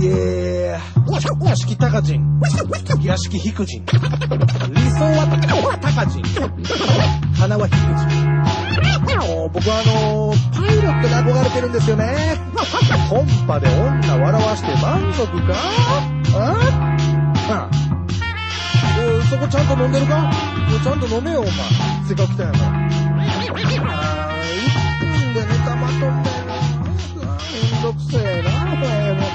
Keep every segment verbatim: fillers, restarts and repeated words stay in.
イエー屋敷高人屋敷低人理想は高人花は低人。僕はあのー、パイロットに憧れてるんですよね。コンパで女笑わして満足かああ、そこちゃんと飲んでるか？ちゃんと飲めよお前。せっかく来たんやから。あー、いっぷんでネタまとめる。めんどくせえなお前も。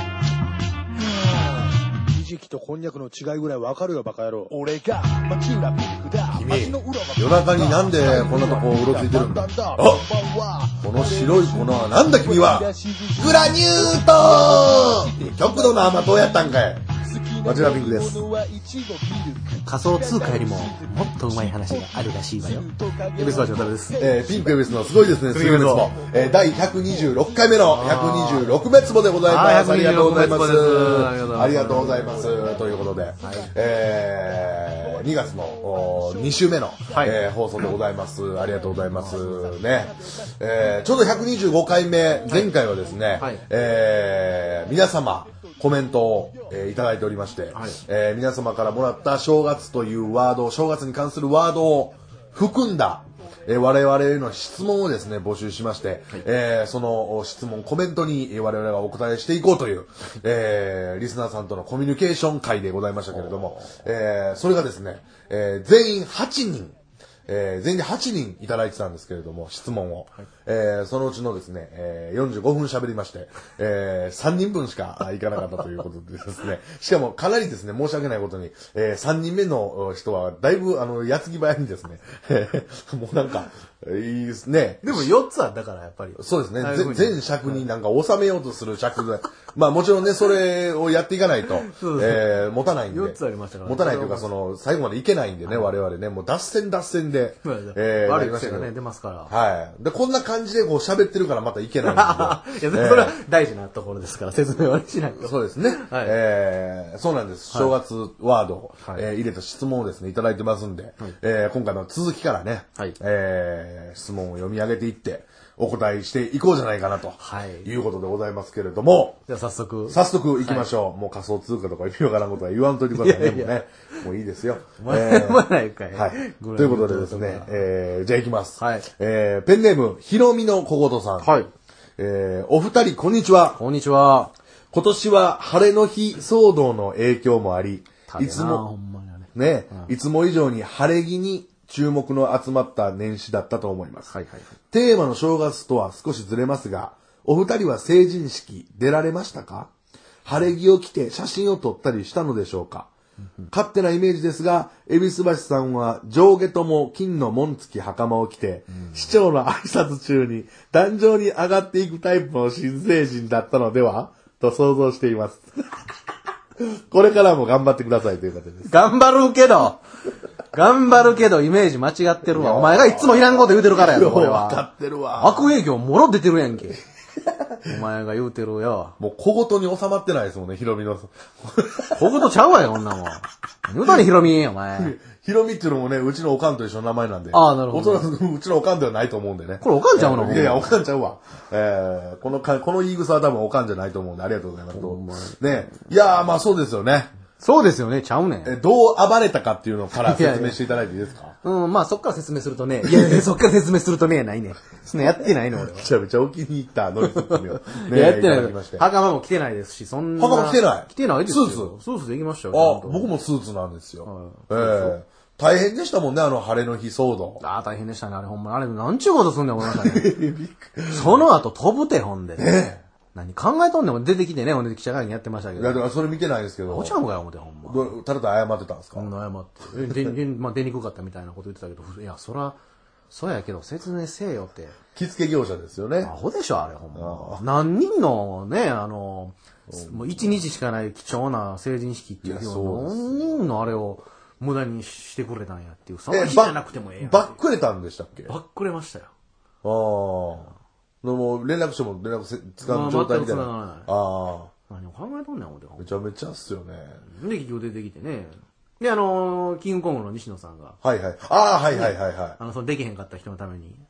ひじきとこんにゃくの違いぐらいわかるよバカ野郎。俺が町浦ピンクだ。 君、夜中になんでこんなとこうろついてるんだ。あ、この白い粉はなんだ君は。グラニュート極度の甘党やったんかい。町浦ピンクです。 仮想通貨よりももっとうまい話があるらしいわよ。 エビスバチョタルです。えー、ピンクエビスのすごいですね。すごいですも。えー、だいひゃくにじゅうろっかいめのひゃくにじゅうろくメツボでございます。ありがとうございます。ありがとうございます。ということで、はい、えー、にがつのに週目の、はい、えー、放送でございます。ありがとうございますね。えー、ちょうどひゃくにじゅうごかいめ、前回はですね、はい、えー、皆様コメントを、えー、いただいておりまして、はい、えー、皆様からもらった正月というワード、正月に関するワードを含んだ、えー、我々への質問をですね募集しまして、はい、えー、その質問コメントに我々がお答えしていこうという、えー、リスナーさんとのコミュニケーション会でございましたけれども、えー、それがですね、えー、全員はちにん、えー、全員ではちにんいただいてたんですけれども、質問を、はい、えー、そのうちのですね、えー、よんじゅうごふん喋りまして、えー、さんにんぶんしかいかなかったということでですね、しかもかなりですね、申し訳ないことに、えー、さんにんめの人はだいぶあの矢継ぎ早にですねもうなんかいいですね。 でもよっつはだからやっぱりそうですね、全尺になんか収めようとする尺で、まあもちろんねそれをやっていかないとえー、持たないんで、 よっつありましたから、ね、 持たないというかその最後までいけないんでね、はい、我々ねもう脱線脱線で、 えー、悪い癖がね出ますから、 はい。でこんな感じでこう喋ってるからまたいけないんで、いやそれは大事なところですから説明はしないと。 そうですね。はい、えー、そうなんです。正月ワードを、はい、えー、入れた質問をですねいただいてますんで、はい、えー、今回の続きからね、はい、えー、質問を読み上げていってお答えしていこうじゃないかなと、はい、いうことでございますけれども、 じゃあ早速早速行きましょう。はい、もう仮想通貨とか意味わからんことは言わんといてくださいね。いやいやもうね、もういいですよ。 お前もないかい。 はい。ということでですね、えー、じゃあ行きます。はい。えー、ペンネームひろみの小言さん。はい。えー、お二人こんにちは。 こんにちは。 今年は晴れの日騒動の影響もあり、いつもね、うん、いつも以上に晴れ着に注目の集まった年始だったと思います。はいはいはい、テーマの正月とは少しずれますが、お二人は成人式出られましたか？晴れ着を着て写真を撮ったりしたのでしょうか？うん、勝手なイメージですが、恵比寿橋さんは上下とも金の紋付き袴を着て、うん、市長の挨拶中に壇上に上がっていくタイプの新成人だったのではと想像しています。これからも頑張ってくださいということです。 頑張るけど頑張るけどイメージ間違ってるわ。お前がいつもいらんこと言うてるからやろ、これは。 分かってるわ。 悪影響もろ出てるやんけ。お前が言うてるよ。 もう小言に収まってないですもんね、ヒロミの。 小言ちゃうわよ、こんなもん。言うたね、ヒロミ、お前。 ヒロミっていうのもね、うちのおかんと一緒の名前なんで。 ああ、なるほど。 うちのおかんではないと思うんでね。 これおかんちゃうの？ いやいや、おかんちゃうわ。えー、このか、この言い草は多分おかんじゃないと思うんで、ありがとうございます。ね。いやー、まあそうですよね。 そうですよね、ちゃうねん。 え、どう暴れたかっていうのから説明していただいていいですか？いやいやうん、まあそっから説明するとね、いやいや、そっから説明するとね、ないね。そんなやってないの俺は。 めちゃめちゃお気に入ったノリツッコミを。 ね、やってない。袴も着てないですし、そんな。 袴着てない？ 着てないですよ。 スーツ？ スーツで行きましたよ。 あ、僕もスーツなんですよ。ええ。大変でしたもんね、あの晴れの日騒動。 ああ、大変でしたね、あれほんま。あれ、なんちゅうことすんねん、思いましたね。その後飛ぶて、ほんで。ねえ。何考えとんねん、出てきてね、ほんで記者会見やってましたけど。 いや、だからそれ見てないですけど。 おちゃんがや思て、ほんま。 ただただ謝ってたんですか？ うん、謝って。で、まあ、出にくかったみたいなこと言ってたけど、いや、そら、そうやけど、説明せえよって。 着付け業者ですよね。 アホでしょ、あれ、ほんま。何人のね、あの、もう一日しかない貴重な成人式っていう日を、何人のあれを無駄にしてくれたんやっていう。その日じゃなくてもええやん。 バックれたんでしたっけ？ バックれましたよ。 ああ。もう連絡しても連絡つかん状態みたいな。ああ。 何を考えとんねん、思って。 めちゃめちゃっすよね。 で、企業出てきてね。で、あのー、キングコングの西野さんが。 はいはい。ああ、はいはいはいはい。 あの、そのできへんかった人のために。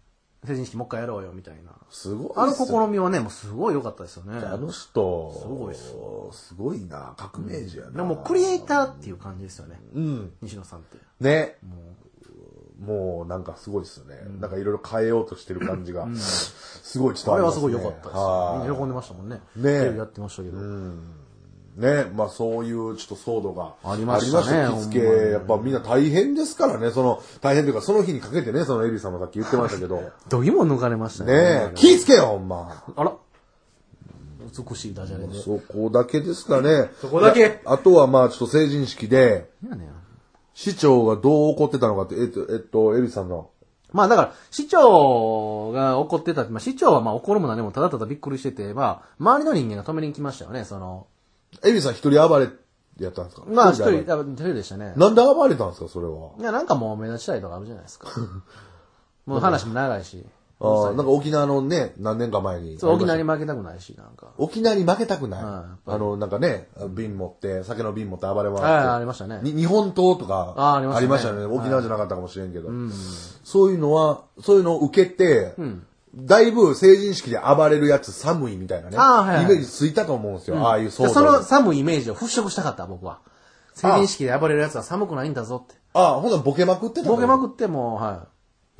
成人式もう一回やろうよみたいな。 すごい。 あの試みはね、もうすごい良かったですよね。 あの人、 すごいっす。 すごいな、革命児やな。 でもクリエイターっていう感じですよね。 うん。 西野さんって。 ね。もう、もうなんかすごいですよね。うん、なんかいろいろ変えようとしてる感じが、すごい伝わりますね。 あれはすごい良かったです。みんな喜んでましたもんね。 ね。 やってましたけど。 うんね、まあそういうちょっと騒動がありましたね。 着付け、やっぱみんな大変ですからね、その、大変というかその日にかけてね、そのエリさんもさっき言ってましたけど。 どぎも抜かれましたね。 ねえ、気ぃつけよ、ほんま。 あら。美しいダジャレで。 そこだけですかね。 そこだけ。 あとはまあちょっと成人式で、 いやね、 市長がどう怒ってたのかって、えっと、えっと、エリさんの。 まあだから、市長が怒ってたって、まあ市長はまあ怒るも何もただただびっくりしてて、まあ、周りの人間が止めに来ましたよね、その、 エビさん一人暴れやったんですか？ まあ一人、一人でしたね。 なんで暴れたんですか、それは。 いや、なんかもう目立ちたいとかあるじゃないですか。もう話も長いし。 ああ、なんか沖縄のね、何年か前に。 そう、沖縄に負けたくないし、なんか。 沖縄に負けたくない。 あの、なんかね、瓶持って、酒の瓶持って暴れ回って。 はい、ありましたね。 日本刀とか、ありましたね。沖縄じゃなかったかもしれんけど。そういうのは、そういうのを受けて、だいぶ成人式で暴れるやつ寒いみたいなね。 あ、はいはい、 イメージついたと思うんですよ。うん、ああいうそう。その寒いイメージを払拭したかった、僕は。成人式で暴れるやつは寒くないんだぞって。 ああ、ほんならボケまくってたボケまくってもう、はい。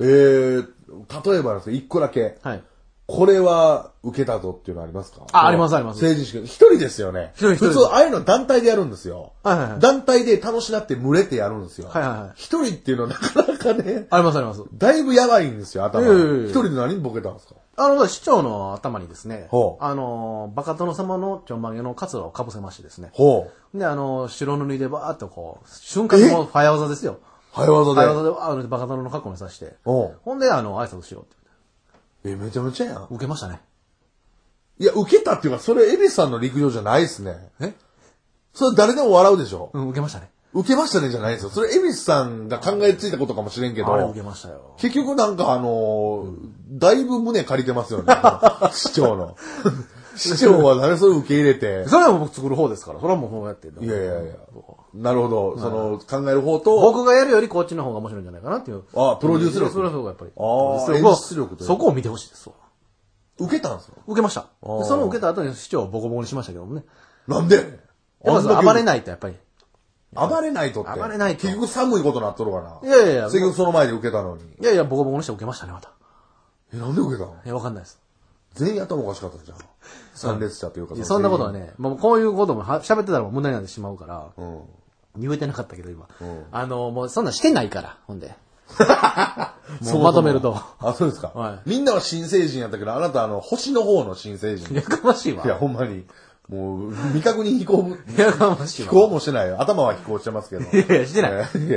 ええー、例えばなんですよ、一個だけ。はい。これは受けたぞっていうのありますか？ あ、ありますあります。 成人式。一人ですよね。 一人一人。 普通、ああいうの団体でやるんですよ。 はいはいはい。 団体で楽しなって群れてやるんですよ。 はいはいはい。 一人っていうのはなかなかね。 ありますあります。 だいぶやばいんですよ、頭。一人で何ボケたんですか？ あの、市長の頭にですね、あの、バカ殿様のちょんまげのカツラをかぶせましてですね。ほう。で、あの、白塗りでバーっとこう、瞬間も早技ですよ。 早技で早技で、あの、バカ殿の格好にさして。ほんで、あの、挨拶しろって。 え、めちゃめちゃやん。 受けましたね。 いや、受けたっていうか、それ、エビさんの陸上じゃないですね。えそれ誰でも笑うでしょ？ うん、受けましたね。 受けましたねじゃないですよ。それ、エビスさんが考えついたことかもしれんけど。 あれ受けましたよ。 結局なんかあのーうん、だいぶ胸借りてますよね。市長の。市長は誰それ受け入れて。 それは僕作る方ですから。それはもうそうやって。いやいやいや。なるほど。はい、その、考える方と。 僕がやるよりこっちの方が面白いんじゃないかなっていう。 ああ、プロデュース力。 それはそうやっぱり。 ああ、演出力と。 そこを見てほしいですわ。 受けたんですか？ 受けました。その受けた後に市長をボコボコにしましたけどもね。 なんで？ まず暴れないとやっぱり。 暴れないとって。 暴れないと。 結局寒いことなっとるかな。 いやいやいや。 結局その前で受けたのに。 いやいや、ボコボコにして受けましたね、また。 え、なんで受けたの？ いや、わかんないです。 全員頭おかしかったじゃん。参列者というか。 いや、そんなことはね、もうこういうことも喋ってたらもう無駄になってしまうから、うん、言えてなかったけど今。うん、あの、もうそんなんしてないから、ほんで。もうまとめると。 あ、そうですか。はい、みんなは新成人やったけど、あなたあの、星の方の新成人。 やかましいわ。 いや、ほんまに。もう、未確認飛行も、 やかましいわ。 飛行もしてないよ。頭は飛行してますけど。 いやいや、してない。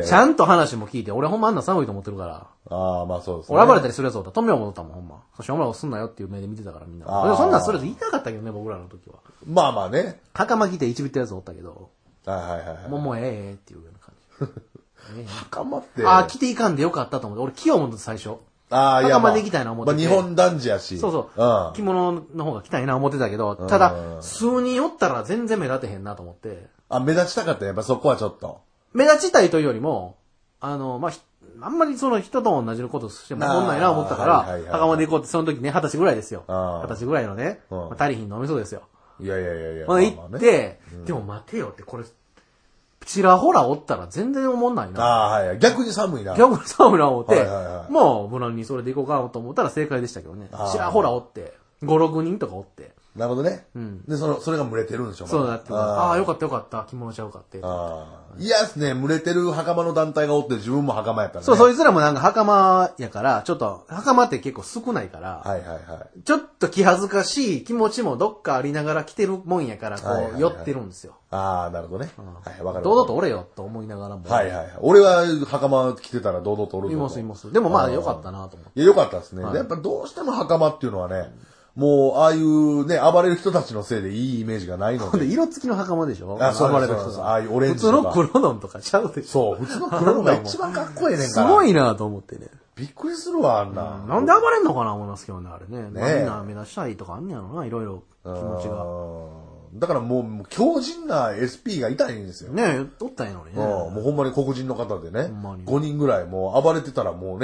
ちゃんと話も聞いて、俺ほんまあんな寒いと思ってるから。 ああ、まあそうですね。 俺暴れたりするやつおった。止めよう思ったもん、ほんま。そしてお前はすんなよっていう目で見てたからみんな。そんなんそれで言いたかったけどね、僕らの時は。 まあまあね。 袴着て一ビったやつおったけど。 はいはいはい。 もうもうええええっていうような感じ。 袴って。 ああ、着ていかんでよかったと思って。俺着よう思って最初。 ああ、いや。 袴で着たいな思って。 まあ日本男児やし。 そうそう。うん、着物の方が着たいな思ってたけど、ただ、数人おったら全然目立てへんなと思って。 あ、目立ちたかったやっぱそこはちょっと。 目立ちたいというよりも、あの、まあ、あんまりその人と同じことしてもこんないな思ったから、袴で行こうってその時ね、二十歳ぐらいですよ。二十歳ぐらいのね、まあ、足りひんのおみそですよ。 いやいやいやいや。 ほんで行って、でも待てよってこれ、ちらほらおったら全然思んないな。 ああ、はい。逆に寒いな。 逆に寒いな思って、 はいはいはい、 もう無難にそれで行こうかなと思ったら正解でしたけどね。ちらほらおって、ご、ろくにんとかおって。 なるほどね。うん。で、その、それが群れてるんでしょ、 そうだって。ああ、よかったよかった。着物ちゃうかって。 ああ。いやですね、群れてる袴の団体がおって自分も袴やったね。 そう、そいつらもなんか袴やから、ちょっと、袴って結構少ないから、 はいはいはい。 ちょっと気恥ずかしい気持ちもどっかありながら着てるもんやから、こう、寄ってるんですよ。 ああ、なるほどね。はい、わかる。 堂々とおれよと思いながらも。 はいはい。俺は袴着てたら堂々とおるぞ。 いますいます。でもまあよかったなと思って。 いや、よかったですね。やっぱどうしても袴っていうのはね、もう、ああいうね、暴れる人たちのせいでいいイメージがないので。 色付きの袴でしょ？ あ、そう暴れる人ああいうオレンジとか。普通の黒のんとかちゃうでしょ。そう、普通の黒のが一番かっこいいねんから。 すごいなと思ってね。 びっくりするわ、あんな。 なんで暴れんのかな思いますけどね、あれね。みんな目立ちたいとかあんねやろな、いろいろ気持ちが。 だからもう、もう強靭な エスピー がいたいんですよ。 ねえ、おったんやのにね。 もうほんまに黒人の方でね。ごにんぐらいもう暴れてたらもうね、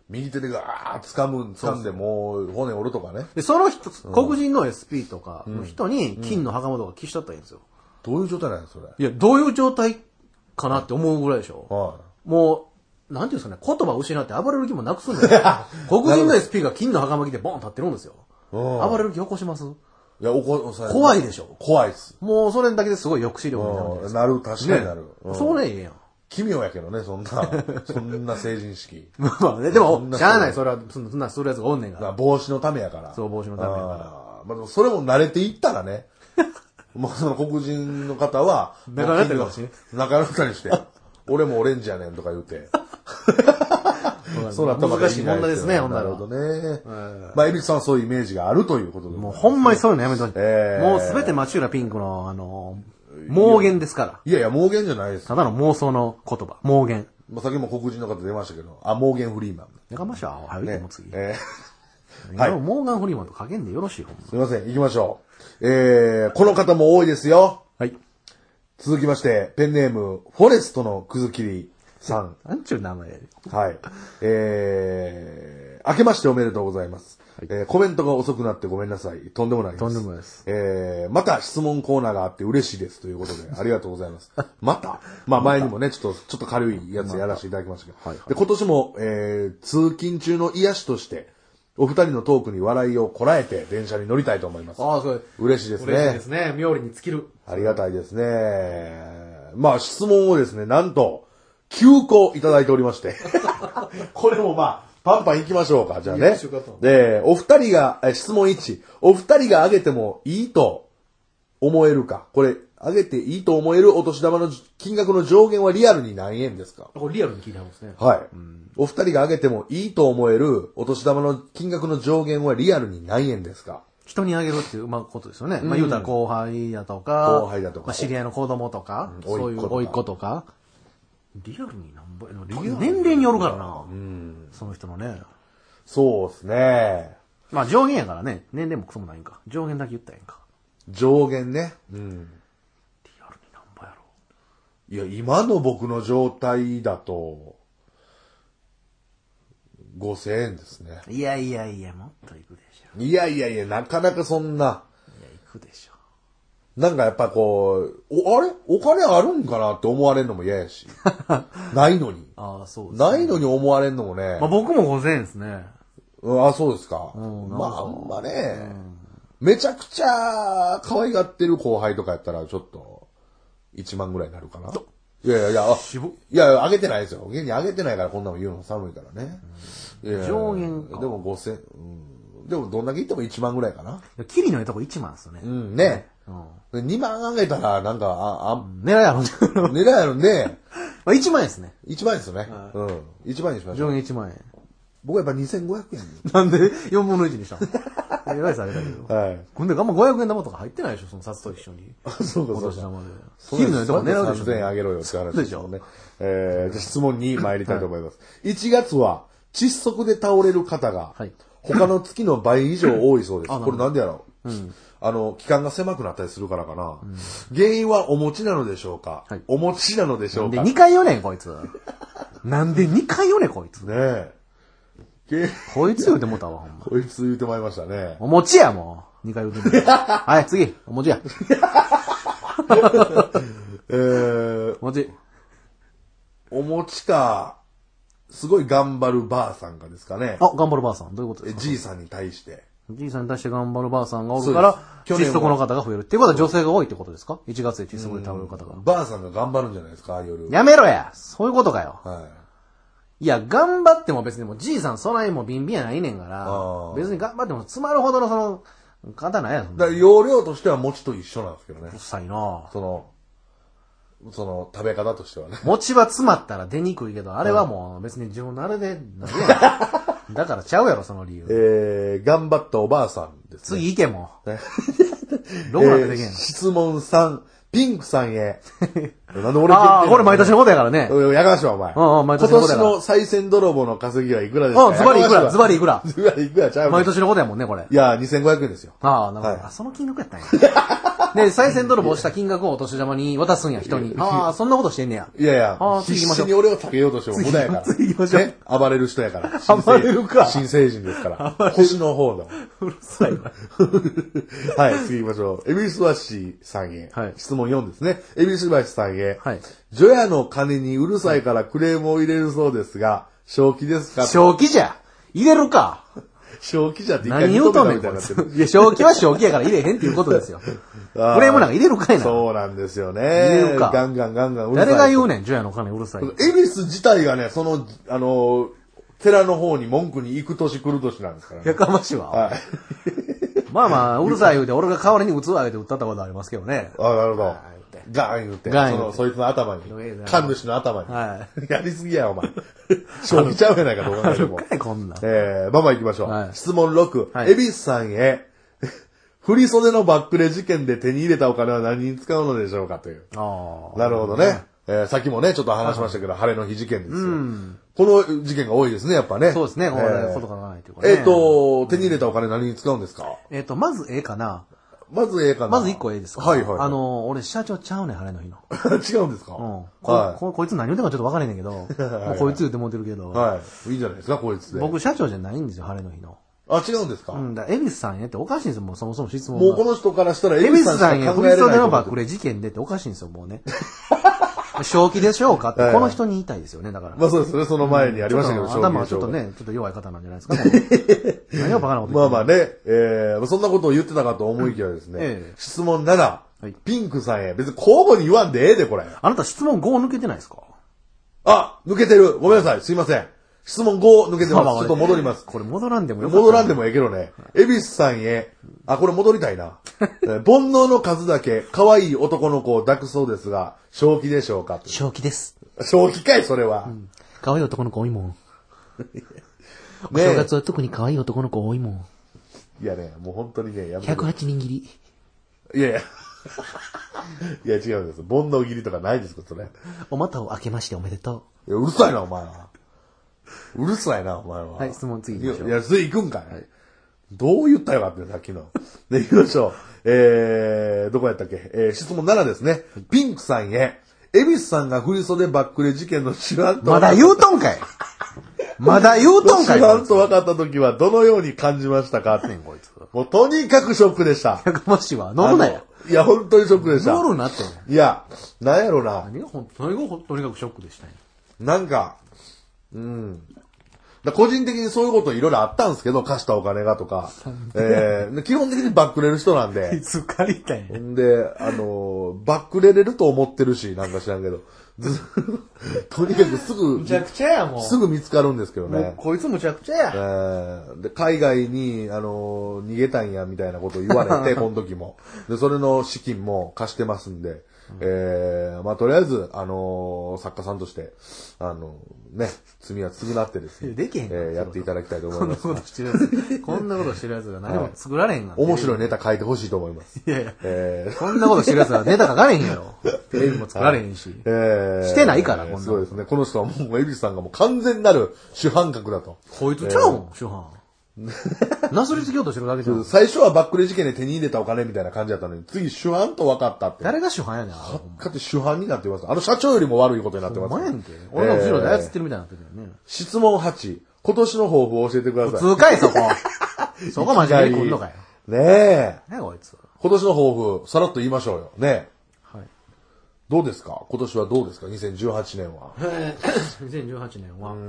右手でガーッ掴む、掴んでもう骨折るとかね。 で、その人、黒人の エスピー とかの人に金の袴とか着しちゃったらいいんですよ。 どういう状態なのそれ。 いや、どういう状態かなって思うぐらいでしょ。 はい。 もう、なんていうんですかね、言葉失って暴れる気もなくすんだよ。黒人の エスピー が金の袴着てボン立ってるんですよ。暴れる気起こします？ いや、おこ、 怖いでしょ。 怖いっす。 もうそれだけですごい抑止力になるんです。 なる、確かになる。 ね、それええやん。 奇妙やけどね、そんな、そんな成人式。 まあね、でも、しゃあない、それは、そんなするやつがおんねんから。 帽子のためやから。 そう、帽子のためやから。 まあ、それも慣れていったらね、もうその黒人の方は、 仲良かったりして。 仲良かったりして、俺もオレンジやねんとか言うて。 そうなったら難しい問題ですね、ほんなら。 なるほどね。まあ、エビスさんはそういうイメージがあるということで。 もうほんまにそういうのやめてほしい。もうすべて町浦ピンクの、あの、妄言ですから。 いやいや、妄言じゃないです。 ただの妄想の言葉。妄言。 まあ、さっきも黒人の方出ましたけど、あ、モーゲン・フリーマン。 やかましょう。はい、もう次。 えー、はい。モーガン・フリーマンとかけんでよろしいほんま。 すいません、行きましょう。えー、この方も多いですよ。 はい。 続きまして、ペンネーム、フォレストのくずきりさん。 なんちゅう名前やで。 はい。えー、明けましておめでとうございます。はい、えー、コメントが遅くなってごめんなさい。とんでもないです。 とんでもないです。 えー、また質問コーナーがあって嬉しいですということで、ありがとうございます。またまあ前にもね、ちょっと、ちょっと軽いやつやらせていただきましたけど。はいはい、で、今年も、えー、通勤中の癒しとして、お二人のトークに笑いをこらえて電車に乗りたいと思います。 ああ、そう。 嬉しいですね。 嬉しいですね。妙利に尽きる。 ありがたいですね。まあ質問をですね、なんと、きゅうこいただいておりまして。これもまあ、パンパン行きましょうか、じゃあね。で、お二人が、質問いち、お二人があげてもいいと思えるか。これ、あげていいと思えるお年玉の金額の上限はリアルに何円ですか？ これリアルに聞いてますね。 はい。お二人があげてもいいと思えるお年玉の金額の上限はリアルに何円ですか？ 人にあげるっていう、まあ、ことですよね。うん、まあ、言うたら後輩だとか、 後輩だとか、 まあ、知り合いの子供とか、うん、そういう甥っ子とか。リアルになんぼ、年齢によるからな。うん、その人のね。 そうですね。 まあ上限やからね。年齢もクソもないんか。上限だけ言ったらええんか。 上限ね。うん。 リアルになんぼやろ。 いや、今の僕の状態だと、ごせんえんですね。 いやいやいや、もっといくでしょ。 いやいやいや、なかなかそんな。いや、 いくでしょ。 なんかやっぱこう、お、あれお金あるんかなって思われるのも嫌やし。ないのに。 ああ、そうですね。ないのに思われるのもね。 まあ僕もごせんえんですね。 ああ、そうですか。 うん、 まあ、あんまね、うん、めちゃくちゃ可愛がってる後輩とかやったらちょっと、いちまんぐらいになるかな。いやいやいや、いや、あげてないですよ。現にあげてないからこんなの言うの寒いからね。 うん、いや上限でもごせん、うん、でもどんだけ言ってもいちまんぐらいかな。 キリのいいとこいちまんですよね。 うん、ね。うん、にまんあげたら、なんか、あ、あ、 狙いあるん狙いあるんで。 まあいちまん円ですね。 いちまん円ですよね。うん。いちまん円にしましょう。 上限いちまん円。 僕はやっぱにせんごひゃくえん。 なんでよんぶんのいちにしたのえらいされたけど。はい。ほんで、あんまごひゃくえん玉とか入ってないでしょ、その札と一緒に。 あ、そうか、そうか。 お年玉で。キリのいいとこ狙うでしょ。 さんぜんえんあげろよって話でしょ。 ね。えー、じゃ質問に参りたいと思います。はい、いちがつは、窒息で倒れる方が、はい、他の月の倍以上多いそうです。これなんでやろう、うん、あの、期間が狭くなったりするからかな。うん、原因はお餅なのでしょうか、はい、お餅なのでしょうかなんでにかいよねん、こいつ。なんでにかいよねん、こいつ。 ねえ。 こいつ言うてもたわ、ほんま。 こいつ言うてまいりましたね。 お餅や、もう。にかい言うてもた。はい、次。お餅や。 えー、 お餅。 お餅か、すごい頑張るばあさんがですかね。 あ、頑張るばあさん。どういうことですか？ じいさんに対して。 じいさんに対して頑張るばあさんがおるから、窒息の方が増える。っていうことは女性が多いってことですか？ いち 月で窒息で倒れる方が。 ばあさんが頑張るんじゃないですか、夜。 やめろや。そういうことかよ。 はい。 いや、頑張っても別にもうじいさんそないもビンビンやないねんから、別に頑張っても詰まるほどのその、方ないやん。 だから容量としては餅と一緒なんですけどね。 うっさいなその、その食べ方としてはね。 餅は詰まったら出にくいけど、あれはもう別に自分のあれで、なんやだからちゃうやろ、その理由。 えー、頑張ったおばあさんですね。 次行けも。どうなってできんの、 えー、質問さん、ピンクさんへ。 なんで俺ああ、これ毎年のことやからね。 やかしはお前。 うんうん、毎今年のことやから。 年の再選泥棒の稼ぎはいくらですか？ うん、ズバリいくら、ズバリいくら。 ズバリいくらちゃう毎年のことやもんね、これ。 いや、にせんごひゃくえんですよ。 ああ、なるほど。 はいあ、その金額やったんや。で、再選泥棒した金額をお年玉に渡すんや、人に。ああ、そんなことしてんねや。 いやいやあ、 必次行きましょう死に俺を下げようとしても無駄やから。 次行きましょうね、暴れる人やから。 暴れるか新成人ですから。星の方の。 うるさいな。 はい、次行きましょう。エビスワシさんへ。 はい質問よんですね。エビスワシさんへ。 はい。 除夜の鐘にうるさいからクレームを入れるそうですが、正気ですか？ 正気じゃ。入れるか。 正気じゃって一回何言うとんねん、 認めたみたいになってる。 こいつ。いや、正気は正気やから入れへんっていうことですよ。クレームなんか入れるかいな。 そうなんですよね。 入れるかガンガンガンガンうるさい。 誰が言うねん、除夜の鐘うるさい。 エビス自体がね、その、あの、寺の方に文句に行く年来る年なんですからね。 やかましいわ。 はい。 まあまあ、うるさい言うて、俺が代わりに器あげて売ったったことありますけどね。 あ、なるほどはい。 ガーン言って。 ガーン言うてその、そいつの頭にええ。な神主の頭に。 はやりすぎや、お前。正気ちゃうやないか、どう考えても。 かい、こんなん。 えー、バンバン行きましょう。 はい質問ろく。 はいエビスさんへ。振り袖のバックレ事件で手に入れたお金は何に使うのでしょうかという。 ああ。 なるほどね。えー、さっきもね、ちょっと話しましたけど、晴れの日事件ですよ。この事件が多いですね、やっぱね。 そうですね、これ、 えーことがないというかね。 えっと、手に入れたお金何に使うんですか？ えっと、まずええかな。 まずええかな。 まず一個ええですか。 はいはい。 あの、俺社長ちゃうねん、晴れの日の。 違うんですか？ うん。こはここいつ何言うてんかちょっと分からへんねんけど、もうこいつ言うてもうてるけど、 い。はい。いいじゃないですか、こいつで。 僕社長じゃないんですよ、晴れの日の。 あ、違うんですか？ うん、だから、恵比寿さんへっておかしいんですよ、もうそもそも質問が。 もうこの人からしたら、 恵比寿さんへ、 しか考振りえれないと思う袖のバックレ事件でっておかしいんですよ、もうね。正気でしょうかって、この人に言いたいですよね、だから。 まあそうですね、その前にありましたけど、 ちょっと頭はちょっとね、ちょっと弱い方なんじゃないですか、ね、何をバカなこと言ってまあまあね、えー、そんなことを言ってたかと思いきやですね、 ええ質問なな、 はいピンクさんへ、別に交互に言わんでええで、これ。 あなた質問ご抜けてないですか？ あ、抜けてる。ごめんなさい、すいません。質問ご抜けてます。ちょっと戻ります。 これ戻らんでもよかった。 戻らんでもええけどね。恵比寿さんへ、あ、これ戻りたいな。えー煩悩の数だけ、可愛い男の子を抱くそうですが、正気でしょうか？ 正気です。 正気かい、それは。 可愛い男の子多いもん。おね正月は特に可愛い男の子多いもん。 いやね、もう本当にね、やめてひゃくはちにん切り。 いやいや。いや、違うんです。煩悩切りとかないですか、それ。いお股を開けましておめでとや、うるさいな、お前は。うるさいな、お前は。 う。はい、質問次行きましょう。 いや、次行くんかい。どう言ったよかったよ、さっきの。で、行きましょう。えー、どこやったっけえー、質問ななですね。ピンクさんへ。エビスさんが振り袖バックレ事件の主犯と。 まだ言うとんかいまだ言うとんかい主犯と分かった時はどのように感じましたかって。 こいつ。 もうとにかくショックでした。 やかましいわ。乗るなよ。 あのいや、本当にショックでした。 乗るなって。 いや、なんやろな。 何がほんと、何がほんとにかくショックでしたね。 なんか、うん。だ個人的にそういうこといろいろあったんですけど、貸したお金がとか。えー、基本的にバックれる人なんで。 いつ借りたんや。 ほんで、あのー、バックれれると思ってるし、なんか知らんけど。ずとにかくすぐ、 むちゃくちゃやもん。 すぐ見つかるんですけどもうね。 こいつむちゃくちゃえや。 ーで海外に、あのー逃げたんや、みたいなことを言われて、この時も。で、それの資金も貸してますんで、えー、まあ、とりあえず、あのー作家さんとして、あのーね、罪は償ってですね、 できへんからえーやっていただきたいと思こんないます。 ことしてるやつ。こんなことしてるやつが何も作られへんが。 面白いネタ書いてほしいと思います。 いやいや。 えーこんなことしてるやつがネタ書かれへんやろ。テレビも作られへんし。 えーしてないからこんなのそうですね。この人はもう、エビスさんがもう完全なる主犯格だと。 こいつちゃうもん、主犯。なすりつけようとしてるだけじゃん。 最初はバックレ事件で手に入れたお金みたいな感じだったのに、次主犯と分かったって。 誰が主犯やねん、あれ。 かって主犯になってます。あの社長よりも悪いことになってます。 お前やんけ。俺の後ろで操ってるみたいになってるよね。 質問はち。今年の抱負を教えてください。 普通かい、そこ。そこ真面目に来んのかよ。 ねえ。 ねこいつ。 今年の抱負、さらっと言いましょうよ。ねえ。 はい。 どうですか今年はどうですか ?にせんじゅうはち 年は。 にせんじゅうはちねんは。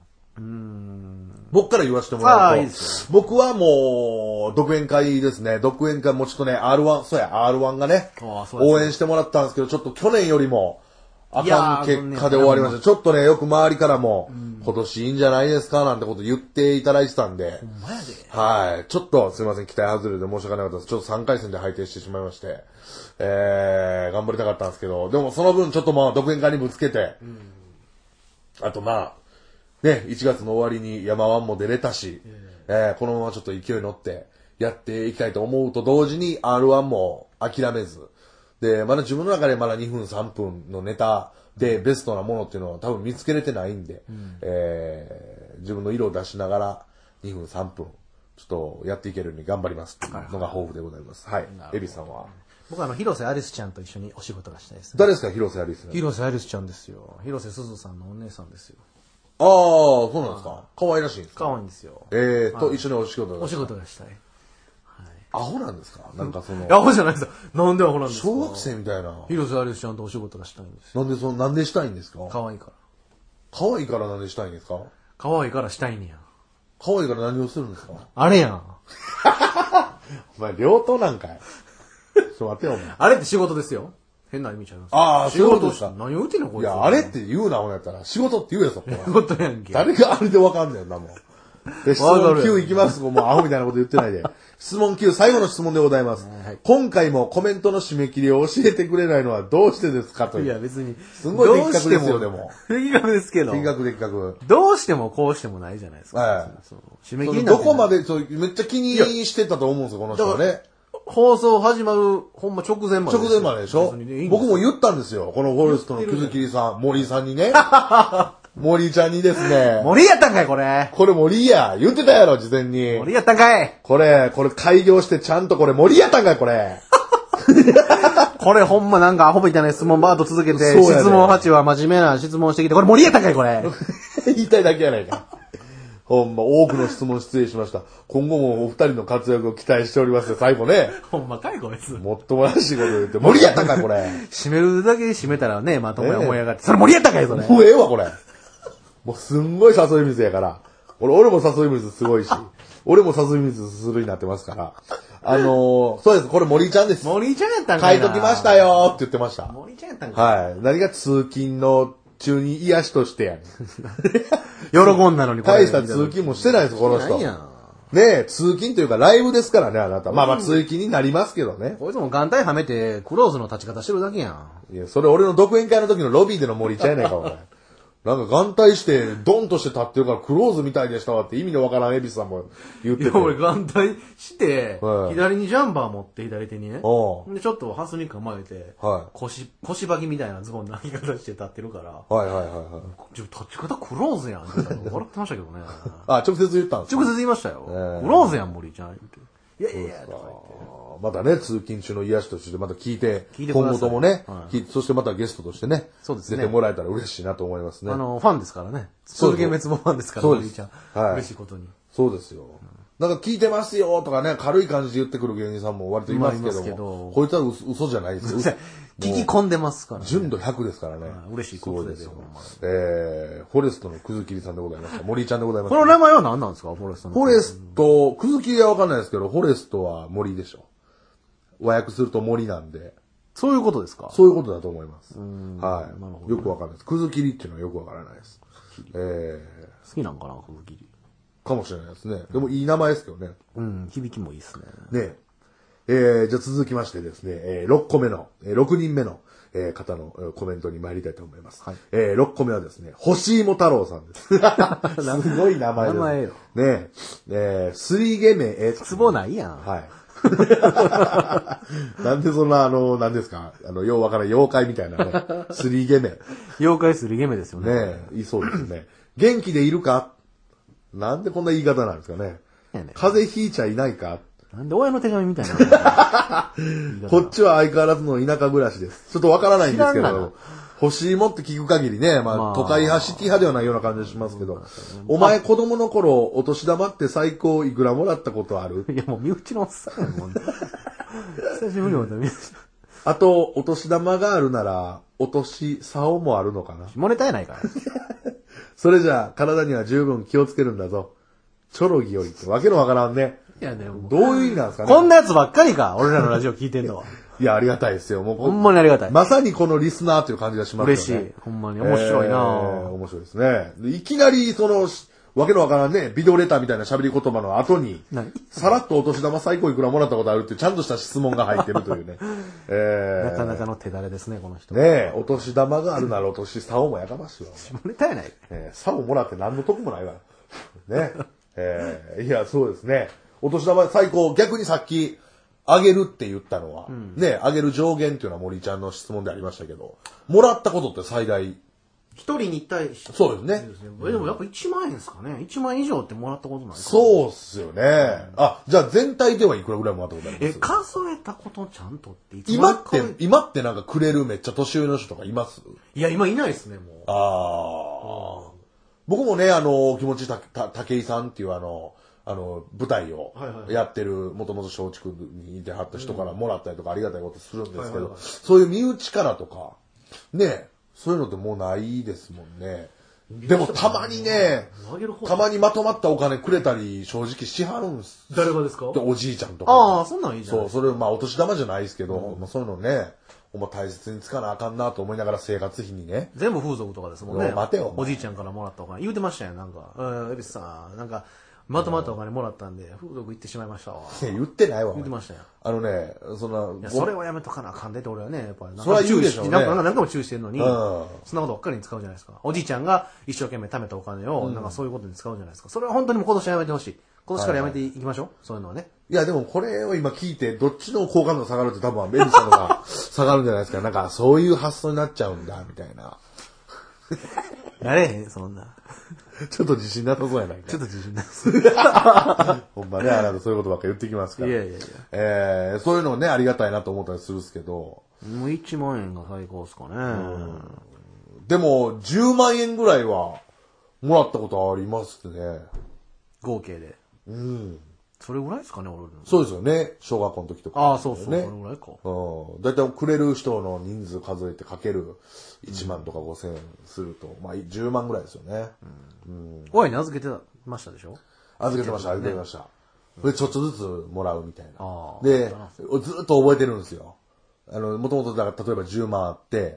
僕から言わせてもらうと。 ああいいです僕はもう、独演会ですね。独演会もちょっとね、アールワン、そうや、アールワン がね、 ああそうですね応援してもらったんですけど、ちょっと去年よりも、あかんいやー結果で終わりました。ちょっとね、よく周りからも、今年いいんじゃないですかなんてこと言っていただいてたんで、 マジではい。ちょっと、すいません、期待外れで申し訳なかったです。ちょっとさんかい戦で敗退してしまいまして、えー、頑張りたかったんですけど、でもその分ちょっとまあ、独演会にぶつけて、あとまあ、ね、いちがつの終わりに山ワンも出れたし、えー、このままちょっと勢いに乗ってやっていきたいと思うと同時に アールワン も諦めず、 で、まだ自分の中でまだにふんさんぷんのネタでベストなものっていうのは多分見つけれてないんで、うん、えー、自分の色を出しながらにふんさんぷん、ちょっとやっていけるように頑張りますっていうのが抱負でございます。はい。エビさんは僕はあの、広瀬アリスちゃんと一緒にお仕事がしたいです、ね。 誰ですか、広瀬アリス？ 広瀬アリスちゃんですよ。広瀬すずさんのお姉さんですよ。 ああ、そうなんですか。可愛らしいんですか。 可愛いんですよ。 ええー、と一緒にお仕事がしたい。お仕事がしたい。 アホなんですか？なんかその。 アホじゃないですよ。なんでアホなんですか？ 小学生みたいな。 広瀬アリスちゃんとお仕事がしたいんですよ。なんでその、なんでしたいんですか？ 可愛いから。 可愛いからなんでしたいんですか？ 可愛いからしたいんや。 可愛いから何をするんですか？ あれやん。 お前、両党なんかい。ちょっと待ってよ、お前。 あれって仕事ですよ。変な意味ちゃいます。 ああ、仕事ですか。 何を言うてんのこいつ。 いや、あれって言うな、俺やったら。仕事って言うやつだったら。 仕事やんけ。 誰があれでわかんねんな、もう。で、質問きゅういきます。もうアホみたいなこと言ってないで。質問きゅう、最後の質問でございます。はい、今回もコメントの締め切りを教えてくれないのはどうしてですかという。 いや、別に。 すごい的確ですよ、でも。 的確ですけど。 的確的確。 どうしてもこうしてもないじゃないですか。 はい。 締め切りどこまで、そう、めっちゃ気にしてたと思うんですよ、この人はね。 放送始まる、ほんま直前まで。 直前まででしょ？僕も言ったんですよ。このフォレストのくずきりさん、森さんにね。森ちゃんにですね。 森やったんかい、これ。 これ森や。言ってたやろ、事前に。 森やったんかい。 これ、これ開業してちゃんとこれ森やったんかい、これ。 これほんまなんかアホみたいな質問バーッと続けて、ね、質問はちは真面目な質問してきて、これ森やったんかい、これ。 言いたいだけやないか。ほんま、多くの質問失礼しました。今後もお二人の活躍を期待しておりますよ、最後ね。 ほんまかい、こいつ。 もっともらしいこと言って、森やったんかい、これ。 締めるだけで締めたらね、まともや思い上がって、それ森やったんかい、それ。 もうええわ、これ。もうすんごい誘い水やから。俺、俺も誘い水すごいし。俺も誘い水するようになってますから。あのー、そうです、これ森ちゃんです。 森ちゃんやったんかい。 書いときましたよって言ってました。 森ちゃんやったんかい。はい。何が通勤の中に癒しとしてやねん。 喜んだのにこれ。大した通勤もしてないです、この人。ねえ、通勤というかライブですからね、あなた。まあまあ通勤になりますけどね。 こいつも眼帯はめて、クローズの立ち方してるだけやん。いや、それ俺の独演会の時のロビーでの森ちゃんやないか、お前。なんか眼帯して、ドンとして立ってるからクローズみたいでしたわって意味のわからんエビスさんも言ってて。いや、 俺眼帯して、はい、左にジャンバー持って左手にね。で、ちょっとハスに構えて、はい、腰、腰ばきみたいなズボンの履き方して立ってるから。 はいはいはいはい。 立ち方クローズやん。笑ってましたけどね。 あ、直接言ったんですか？ 直接言いましたよ。えー、クローズやん、森ちゃん。いやいやいや、とか言って。 またね、通勤中の癒しとしてまた聞いて、聞いて今後ともね、はい、そしてまたゲストとしてね、そうですね、出てもらえたら嬉しいなと思いますね。 あの、ファンですからね。通勤滅亡ファンですから、森ちゃん。はい。嬉しいことに。 そうですよ。うん、なんか聞いてますよとかね、軽い感じで言ってくる芸人さんも割といますけども、けどこいつは嘘、嘘じゃないですよ。 聞き込んでますからね。 純度ひゃくですからね。 嬉しいことですよ。 えー、フォレストのくずきりさんでございました。森ちゃんでございます。 この名前は何なんですか、フォレストの。 フォレスト、くずきりはわかんないですけど、フォレストは森でしょ。和訳すると森なんで。 そういうことですか？ そういうことだと思います。はい。よくわかんないです。くずきりっていうのはよくわからないです。えー、好きなんかな、くずきり。 かもしれないですね。でもいい名前ですけどね。 うん、響きもいいですね。 ねえ。えー、じゃあ続きましてですね、えー、ろっこめの、えー、ろくにんめの、えー、方の、えー、コメントに参りたいと思います。はい。えー、ろっこめはですね、星芋太郎さんです。すごい名前です。名前よ。ねえ、えー、すりげめえ。 ツボないやん。 はい。なんでそんな、あの、なんですか、あの、ようわからん妖怪みたいなね、すりげめ。 妖怪すりげめですよね。 ねえ、いそうですね。元気でいるか？なんでこんな言い方なんですかね。風邪ひいちゃいないか？ なんで親の手紙みたいな。 こっちは相変わらずの田舎暮らしです。ちょっとわからないんですけど、欲しいもって聞く限りね、まあ、まあ、都会派、シティ派ではないような感じしますけど、まあ、お前子供の頃、お年玉って最高いくらもらったことある？ いや、もう身内のおっさんやもん。久しぶりにまた身内。 あと、お年玉があるなら、お年竿もあるのかな？ 下ネタやないか。 それじゃあ、体には十分気をつけるんだぞ。ちょろぎよりってわけのわからんね。 いやね、 どういう意味なんですかね。 こんなやつばっかりか、俺らのラジオ聞いてんのは。 いや、ありがたいですよ。もうほんまにありがたい。 まさにこのリスナーという感じがしますよね。 嬉しい。ほんまに面白いな、えー、 面白いですね。いきなり、その、わけのわからんね、ビデオレターみたいな喋り言葉の後に、さらっとお年玉最高いくらもらったことあるってちゃんとした質問が入ってるというね。えー、なかなかの手だれですね、この人。 ねえ、お年玉があるならお年竿もやかましいわ。 下ネタやない。 えー、竿もらって何の得もないわ。ね。えー、いや、そうですね。お年玉最高、逆にさっき、 あげるって言ったのは、 うん、 ね、あげる上限っていうのは森ちゃんの質問でありましたけど、もらったことって最大一人に対して。 そうですね。 でもやっぱいちまんえんですかね。いちまんえん以上ってもらったことないかな。 そうっすよね。うん、あ、じゃあ全体ではいくらぐらいもらったことあります？ え、数えたことちゃんとっていつ今って、今ってなんかくれるめっちゃ年上の人とかいます？ いや、今いないですね、もう。 ああ。僕もね、あの、気持ちた、た、武井さんっていうあの、あの、舞台をやってる、もともと松竹にいてはった人からもらったりとかありがたいことするんですけど、そういう身内からとか、ね、そういうのってもうないですもんね。でもたまにね、たまにまとまったお金くれたり、正直しはるんす。 誰がですか？ おじいちゃんとか。 ああ、そんなんいいじゃん。 そう、それ、まあお年玉じゃないですけど、うん、まあ、そういうのね、ほんま大切につかなあかんなと思いながら生活費にね。 全部風俗とかですもんね。 待てよ。 おじいちゃんからもらったお金。言うてましたよ、なんか。えー、エビスさん、なんか、まとまったお金もらったんで、風俗行ってしまいましたわ。 言ってないわ。 言ってましたよ。 あのね、そんな。 いや、それはやめとかなあかんでって俺はね、やっぱり。 それは言うでしょうね。 なんか、なんかも注意してるのに、うん、そんなことばっかりに使うじゃないですか。おじいちゃんが一生懸命貯めたお金を、なんかそういうことに使うじゃないですか。それは本当にもう今年はやめてほしい。今年からやめていきましょう。はい、そういうのはね。 いや、でもこれを今聞いて、どっちの好感度下がるって多分、ベンチさんのが下がるんじゃないですか。なんか、そういう発想になっちゃうんだ、みたいな。 なれへん、そんな。 ちょっと自信なさそうやないか。 ちょっと自信なさそう。 ほんまね、あなたそういうことばっか言ってきますから。 いやいやいや。 えー、そういうのね、ありがたいなと思ったりするんですけど。 もういちまんえんが最高ですかね。 でも、じゅうまんえんぐらいは、もらったことありますね。 合計で。 うん。 それぐらいですかね、俺の。 そうですよね。小学校の時とか、 ね。ああ、そうそう。それぐらいか。 うん。だいたいくれる人の人数数えてかけるいちまんとかごせんえんすると、まあじゅうまんぐらいですよね。 うん。親に預けてましたでしょ？ 預けてました、預けてました。で、ちょっとずつもらうみたいな。で、ずっと覚えてるんですよ。あの、もともと、だから例えばじゅうまんあって、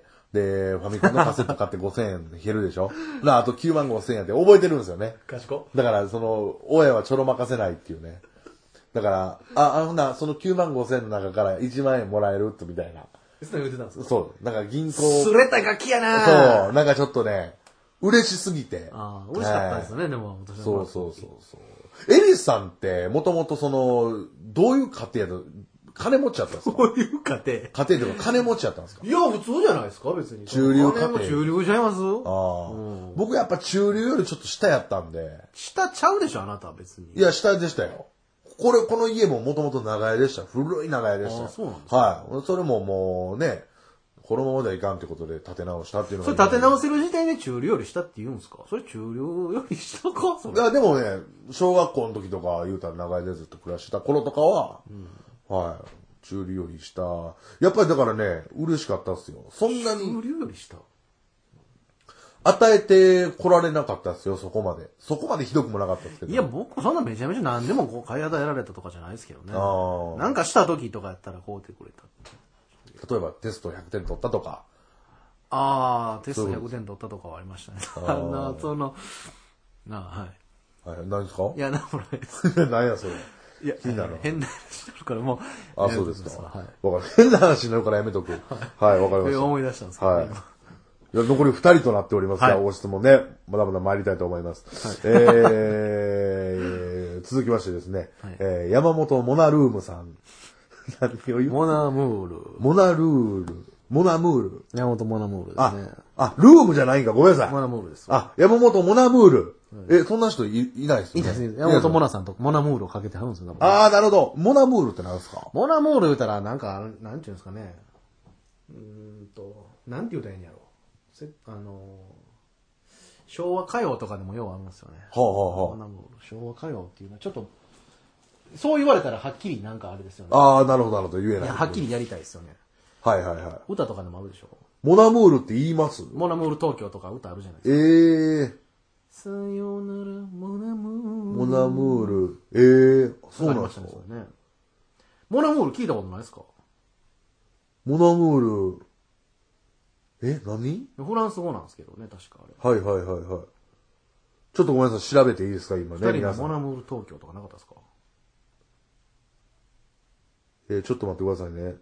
で、ファミコンのカセット買ってごせんえん減るでしょ。なあときゅうまんごせんえんって覚えてるんですよね。 賢だから、その、親はちょろまかせないっていうね。だから、あ、あのな、そのきゅうまんごせんの中からいちまんえんもらえるってみたいな。 そう言ってたんですか？ そう。なんか銀行。 すれたガキやなそう。なんかちょっとね、嬉しすぎて。 ああ、嬉しかったですよね、でも。 そうそうそうそう。エリスさんって、もともとその、どういう家庭やと、金持ちやったんですか？ どういう家庭？ 家庭というか金持ちやったんですか？ いや、普通じゃないですか、別に。 中流家庭。 中流ちゃいます？ ああ、うん。僕やっぱ中流よりちょっと下やったんで。 下ちゃうでしょ、あなたは別に。 いや、下でしたよ。これ、この家ももともと長屋でした。古い長屋でした。 ああ、そうなんですか？ はい。それももうね、このままではいかんってことで建て直したっていうのが。 それ建て直せる時点で中流より下って言うんですか？それ中流より下か？それ。 いや、でもね、小学校の時とか言うたら長屋でずっと暮らした頃とかは、うん、はい。中流より下。やっぱりだからね、嬉しかったっすよ。そんなに。 中流より下与えて来られなかったっすよ、そこまで。そこまでひどくもなかったっすけど。 いや、僕そんなめちゃめちゃ何でもこう買い与えられたとかじゃないですけどね。あなんかした時とかやったらこうてくれた。 例えばテストひゃくてん取ったとか。 ああ、テストひゃくてん取ったとかはありましたね。あの、その、なあ、はい。 はい、何ですか？ いや、なんもないです。 何やそれ。 いや、気になる。変な話してるからもう。あ、そうですか。はい。わかる。変な話になるからやめとく。はい、わかりました。 思い出したんですけど、ね。はい。 いや残りふたりとなっておりますが、はい、ご質問ね、まだまだ参りたいと思います。はい、えー、続きましてですね、はい、えー、山本モナルームさん。 何を言う？モナムール。 モナルール。モナムール。 山本モナムールですね。 あ、あ、ルームじゃないんか、ごめんなさい。 モナムールです。 あ、山本モナムール。え、そんな人 い, いないですよね。いないです。 山本モナさんとモナムールをかけてはるんですよ。 ああ、なるほど。モナムールって何ですか？ モナムール言うたら、なんか、なんていうんですかね。うーんと、なんて言うたらいいんやろ。せあのー、昭和歌謡とかでもようあるんですよね。 はあはあはあ。 モナムール。昭和歌謡っていうのは、ちょっと、そう言われたらはっきりなんかあれですよね。 ああ、なるほど、なるほど。言えない。 はっきりやりたいですよね。 はいはいはい。 歌とかでもあるでしょ。 モナムールって言います？ モナムール東京とか歌あるじゃないですか。 ええー。 さよならモナムール。 モナムール。ええー。そうなんですか。 ね、モナムール聞いたことないですか？ モナムール。え、何？ フランス語なんですけどね、確かあれ。はいはいはいはい。ちょっとごめんなさい、調べていいですか、今ね。 二人のモナムール東京とかなかったですか？ えー、ちょっと待ってくださいね。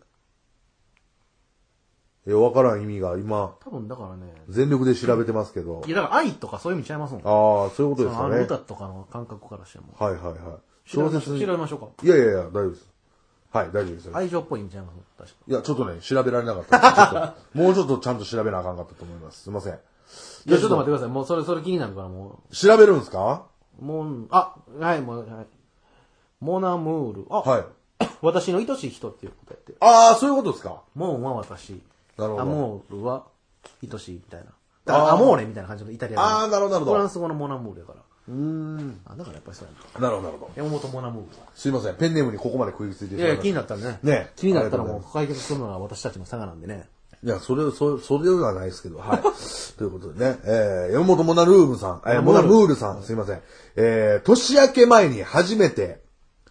えー、わからん意味が今。 多分だからね。 全力で調べてますけど。 いや、だから愛とかそういう意味ちゃいますもん。 ああ、そういうことですかね。 あの歌とかの感覚からしても。 はいはいはい。 小説調べましょうか。 いやいやいや、大丈夫です。 はい、大丈夫ですよ。 愛情っぽいんじゃなかった確か。 いや、ちょっとね、調べられなかったです。ちょっともうちょっとちゃんと調べなあかんかったと思います。すいません。 いや、ちょっと待ってください。もうそれ、それ気になるからもう。調べるんですか？ もう、あ、はい、もう、はい。モナムール。あ、 はい。 私の愛しい人っていうことやって。 ああ、そういうことですか？ モンは私。 なるほど。 アモールは愛しいみたいな。だからアモーレみたいな感じのイタリア語。 ああ、なるほど、なるほど。 フランス語のモナムールやから。 うーん。 あ、だからやっぱりそうやなるほど、なるほど。 山本モナムール。 すいません。ペンネームにここまで食いついてしまいました。 いやいや、気になったらね。 ね。 気になったらもう解決するのは私たちの差がなんでね。 いや、それ、それ、それではないですけど、はい。ということでね、えー、山本モナルームさん、えー、モナムールさん、すいません。えー、年明け前に初めて、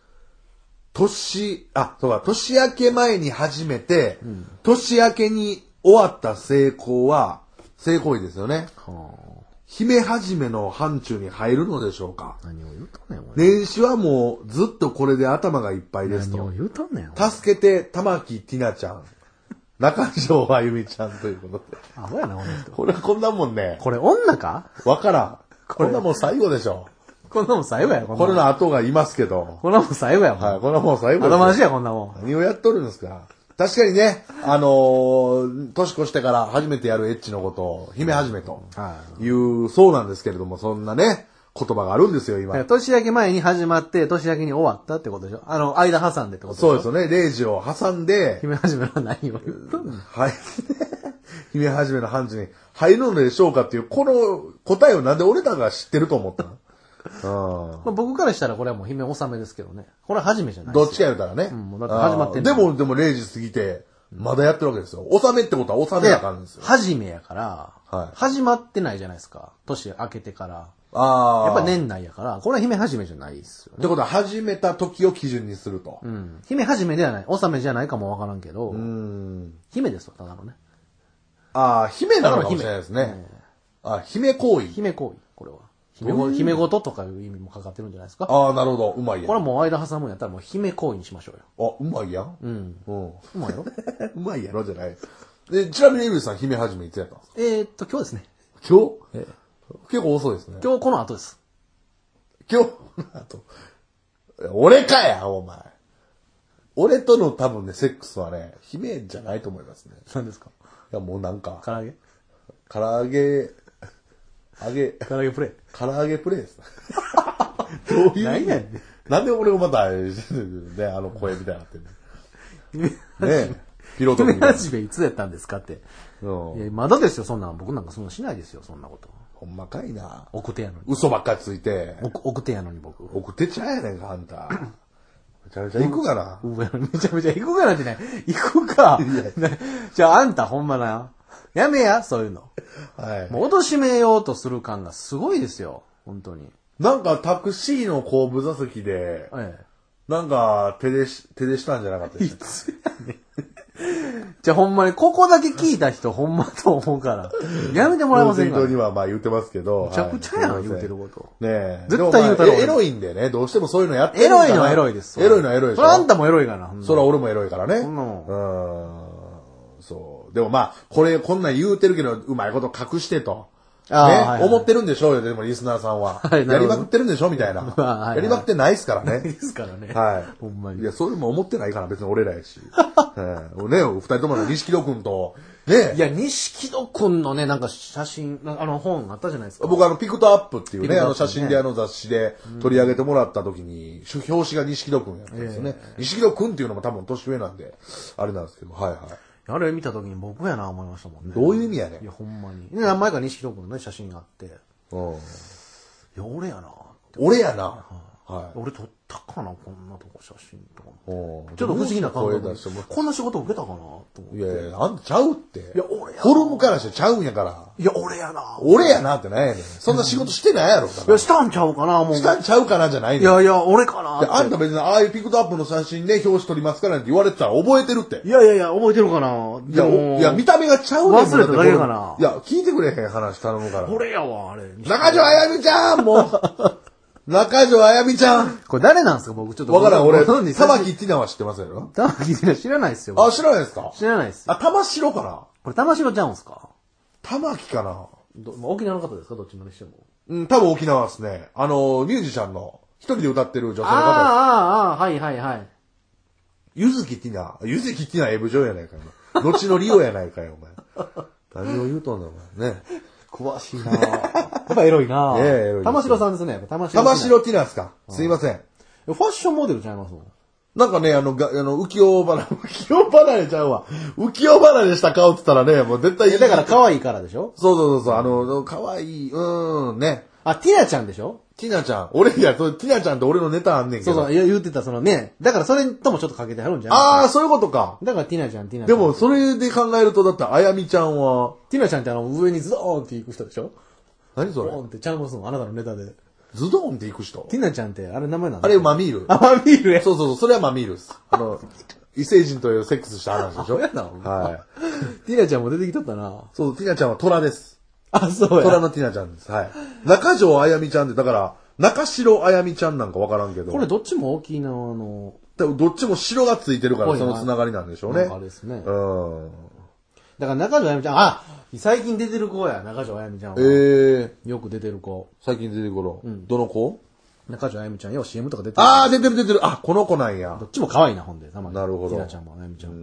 年、あ、そうか、年明け前に初めて、うん、年明けに終わった成功は、成功位ですよね。はあ、姫始めの範疇に入るのでしょうか？ 何を言うとんねん、 年始はもうずっとこれで頭がいっぱいですと。 何を言うとんねん。 助けて、玉木ティナちゃん。中条あゆみちゃんということで。 あ、ほやな、この人。 これ、こんなもんね。 これ女か？ わからん。こんなもん最後でしょ。 こんなもん最後や、こんなもん。 これの後がいますけど。 こんなもん最後や、 はい、こんなもん最後や。後回しや、こんなもん。 何をやっとるんですか。確かにね、あのー、年越してから初めてやるエッチのことを、姫始めという、そうなんですけれども、そんなね、言葉があるんですよ、今。 年明け前に始まって、年明けに終わったってことでしょ？あの、間挟んでってことでしょ？ そうですよね、零時を挟んで、 姫始めは何を言うとんねん。 はい。姫始めの範疇に入るのでしょうかっていう、この答えをなんで俺らが知ってると思ったの？ うん、僕からしたらこれはもう姫納めですけどね。これは初めじゃないですどっちか言うたらね。 うん、もうだって始まってんでも、でもれいじ過ぎて、まだやってるわけですよ。納めってことは納めなあかんんですよ。 初めやから、はい、始まってないじゃないですか。年明けてから。ああ。やっぱ年内やから、これは姫始めじゃないですよ、ね。 ってことは始めた時を基準にすると。 うん。姫始めではない。納めじゃないかもわからんけど、うん。姫ですよ、ただのね。 ああ、姫なのかもしれないですね。ああ、姫行為。 姫行為、これは。姫ご、姫ごととかいう意味もかかってるんじゃないですか。 ああ、なるほど。うまいやん。 これはもう間挟むんやったらもう姫行為にしましょうよ。あ、うまいやん。 うん。うん。うまいよ。 うまいやろじゃない。で、ちなみにエビさん、姫始めいつやったんですか？ えーっと、今日ですね。 今日、ええ、結構遅いですね。 今日この後です。 今日この後。俺かや、お前。俺との多分ね、セックスはね、姫じゃないと思いますね。 何ですか？ いや、もうなんか。 唐揚げ唐揚げ、揚げ。 唐揚げプレイ。 唐揚げプレイです。どういう何やねん。 なんで俺がまた、ね、あの声みたいになってるのねえ。ピロート姫始めいつやったんですかって。 うん、 いやまだですよ、そんなん。僕なんかそんなしないですよ、そんなこと。 ほんまかいな。 奥手やのに。 嘘ばっかりついて。 奥手やのに僕。 奥手ちゃうやねんか、あんた。めちゃめちゃ行くかな。 うめちゃめちゃ行くかなってね。行くか。じゃああんたほんまな。やめや、そういうの。はい。もう貶めようとする感がすごいですよ。本当に。 なんかタクシーの後部座席で、ええ、なんか手でし、手でしたんじゃなかったですか？いつやねん。 じゃあほんまに、ここだけ聞いた人ほんまと思うから。やめてもらえませんか？ ツイートにはまあ言ってますけど。 めちゃくちゃやん、はい、言うてること。 ねえ。 絶対言うたら、 まあ、エロいんでね、どうしてもそういうのやってるエロいのはエロいです。 エロいのはエロいでしょ。 それあんたもエロいからな。 それは俺もエロいからね。 うん。 そう。でもまあ、これ、こんなん言うてるけど、うまいこと隠してと。ね、 はいはい、 思ってるんでしょうよ、でもリスナーさんは。はい、やりまくってるんでしょみたいな。はいはい、やりまくってないですからね。 ないですからね。 はい。 ほんまに。 いや、それも思ってないから別に俺らやし。えー、ね、二人ともの錦戸くんと、ね。 いや、錦戸くんのね、なんか写真、あの本あったじゃないですか。 僕あの、ピクトアップっていうね、ねあの写真であの雑誌で取り上げてもらった時に、うん、表紙が錦戸くんやったんですよね。錦戸くんっていうのも多分年上なんで、あれなんですけど、はいはい。 あれ見たときに僕やな思いましたもんね。 どういう意味やねん。 いや、ほんまに。何枚か錦戸くんのね、写真があって。うん。いや、俺やな。 俺やな。 はい。俺撮ったかな、こんなとこ写真とか。ちょっと不思議な感覚。こんな仕事受けたかなと思って。 いやいや、あんたちゃうって。いや、俺やな。 フォルムからしてちゃうんやから。 いや、俺やな。 俺やなってなんやねん。そんな仕事してないやろ。 いや、したんちゃうかな、もう。 したんちゃうかなじゃないねん。 いやいや、俺かな。 あんた別にああいうピクトアップの写真で表紙撮りますからって言われてたら覚えてるって。 いやいやいや、覚えてるかな。 いや、いや、見た目がちゃうねん。 忘れただけかな。 いや、聞いてくれへん話頼むから。 俺やわ、あれ。 中条あやみちゃんもう中条あやみちゃんこれ誰なんですか僕ちょっと。 わからん、俺、玉木ティナは知ってますよ。 玉木ティナ知らないっすよ。 あ、知らないですか？ 知らないっす。 あ、玉城かな？ これ玉城ちゃうんすか？ 玉木かな？ ど沖縄の方ですか？どっちもにしても。 うん、多分沖縄ですね。あの、ミュージシャンの、一人で歌ってる女性の方です。 ああ、ああ、はいはいはい。 ゆずきティナ。ゆずきティナエブジョーやないかよ。後のリオやないかよ、お前。何を言うとんだ、お前。ね。 詳しいなやっぱエロいなええ、エロい。 玉城さんですね。玉城。玉城ティナですか。すいません。 ファッションモデルちゃいますもん。 なんかね、あの、が、あの、浮世離れ、浮世離れちゃうわ。浮世離れした顔って言ったらね、もう絶対だから可愛いからでしょ。 そうそうそうそう、あの、可愛い、うーん、ね。 あ、ティナちゃんでしょ。 ティナちゃん。俺、いや、ティナちゃんって俺のネタあんねんけど。 そうそう、言ってた、そのね。だからそれともちょっとかけてはるんじゃないああ、そういうことか。 だからティナちゃん、ティナちゃん。 でも、それで考えると、だって、あやみちゃんは。 ティナちゃんってあの、上にズドーンって行く人でしょ。 何それズドーンってちゃいますもん、あなたのネタで。 ズドーンって行く人ティナちゃんって、あれ名前なんだあれ、マミール。 あ、マミールや。 そうそうそう、それはマミールです。あの、異星人というセックスした話でしょ。 やな、 はい。 ティナちゃんも出てきとったな。 そう、ティナちゃんは虎です。 あ、そうや。 虎のティナちゃんです。はい。中条あやみちゃんって、だから、中城あやみちゃんなんかわからんけど。 これどっちも沖縄の。 どっちも城がついてるから、そのつながりなんでしょうね。 あれですね。 うん。 だから中条あやみちゃん、あ、最近出てる子や、中条あやみちゃんは。 ええー。よく出てる子。 最近出てる頃。 うん。 どの子？ 中条あやみちゃんよ、シーエム とか出てる。 ああ、出てる出てる。あ、この子なんや。 どっちも可愛いな、ほんで、たまに。 なるほど。 ティナちゃんもあやみちゃん。 うん。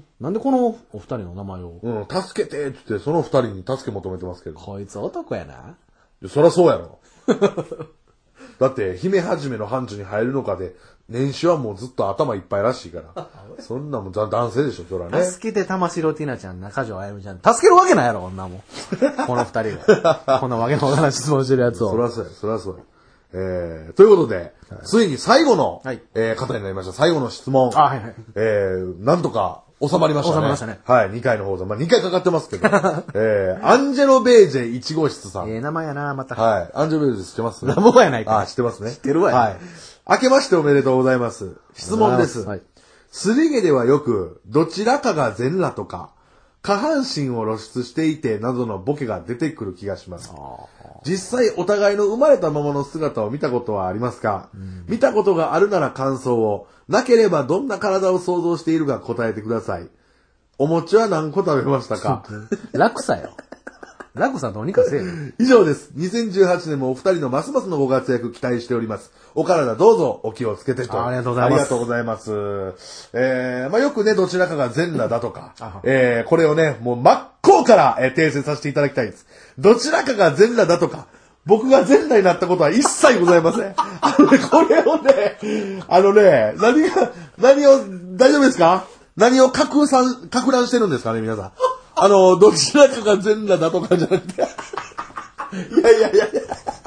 なんでこのお二人の名前を。 うん、助けてって言って、その二人に助け求めてますけど。 こいつ男やな。 いや、そりゃそうやろ。だって、姫はじめの班長に入るのかで、年始はもうずっと頭いっぱいらしいから。そんなもん男性でしょ、そらね。 助けて玉城ティナちゃん、中条あやみちゃん。助けるわけないやろ、女もん。この二人が。こんなわけのわからん質問してるやつを。 そりゃそうや、そりゃそうや。えー、ということで、はい、ついに最後の、 はい、 えー、方になりました。最後の質問。 あ、はいはい。 えー、なんとか収まりましたね。 収まりましたね。 はい、にかいの放送。まあ、にかいかかってますけど。えー、アンジェロベージェいち号室さん。 ええー、名前やな、また。 はい。アンジェロベージェ知ってますラボやないか。 あ、知ってますね。 知ってるわよ。 はい。明けましておめでとうございます。質問です。はい。すり毛ではよく、どちらかが全裸とか、下半身を露出していて、などのボケが出てくる気がします。実際お互いの生まれたままの姿を見たことはありますか、うん、見たことがあるなら感想を、なければどんな体を想像しているか答えてください。お餅は何個食べましたか楽さよ。楽さどうにかせえよ。 以上です。にせんじゅうはちねんもお二人のますますのご活躍期待しております。お体どうぞお気をつけてと。 ありがとうございます。 ありがとうございます。えー、まあよくね、どちらかが全裸だとか、えー、これをね、もう真っ向から、えー、訂正させていただきたいです。どちらかが全裸だとか、僕が全裸になったことは一切ございません。あのね、これをね、あのね、何が、何を、大丈夫ですか？何を拡散、拡乱してるんですかね、皆さん。あの、どちらかが全裸だとかじゃなくて。いやいやいやいや。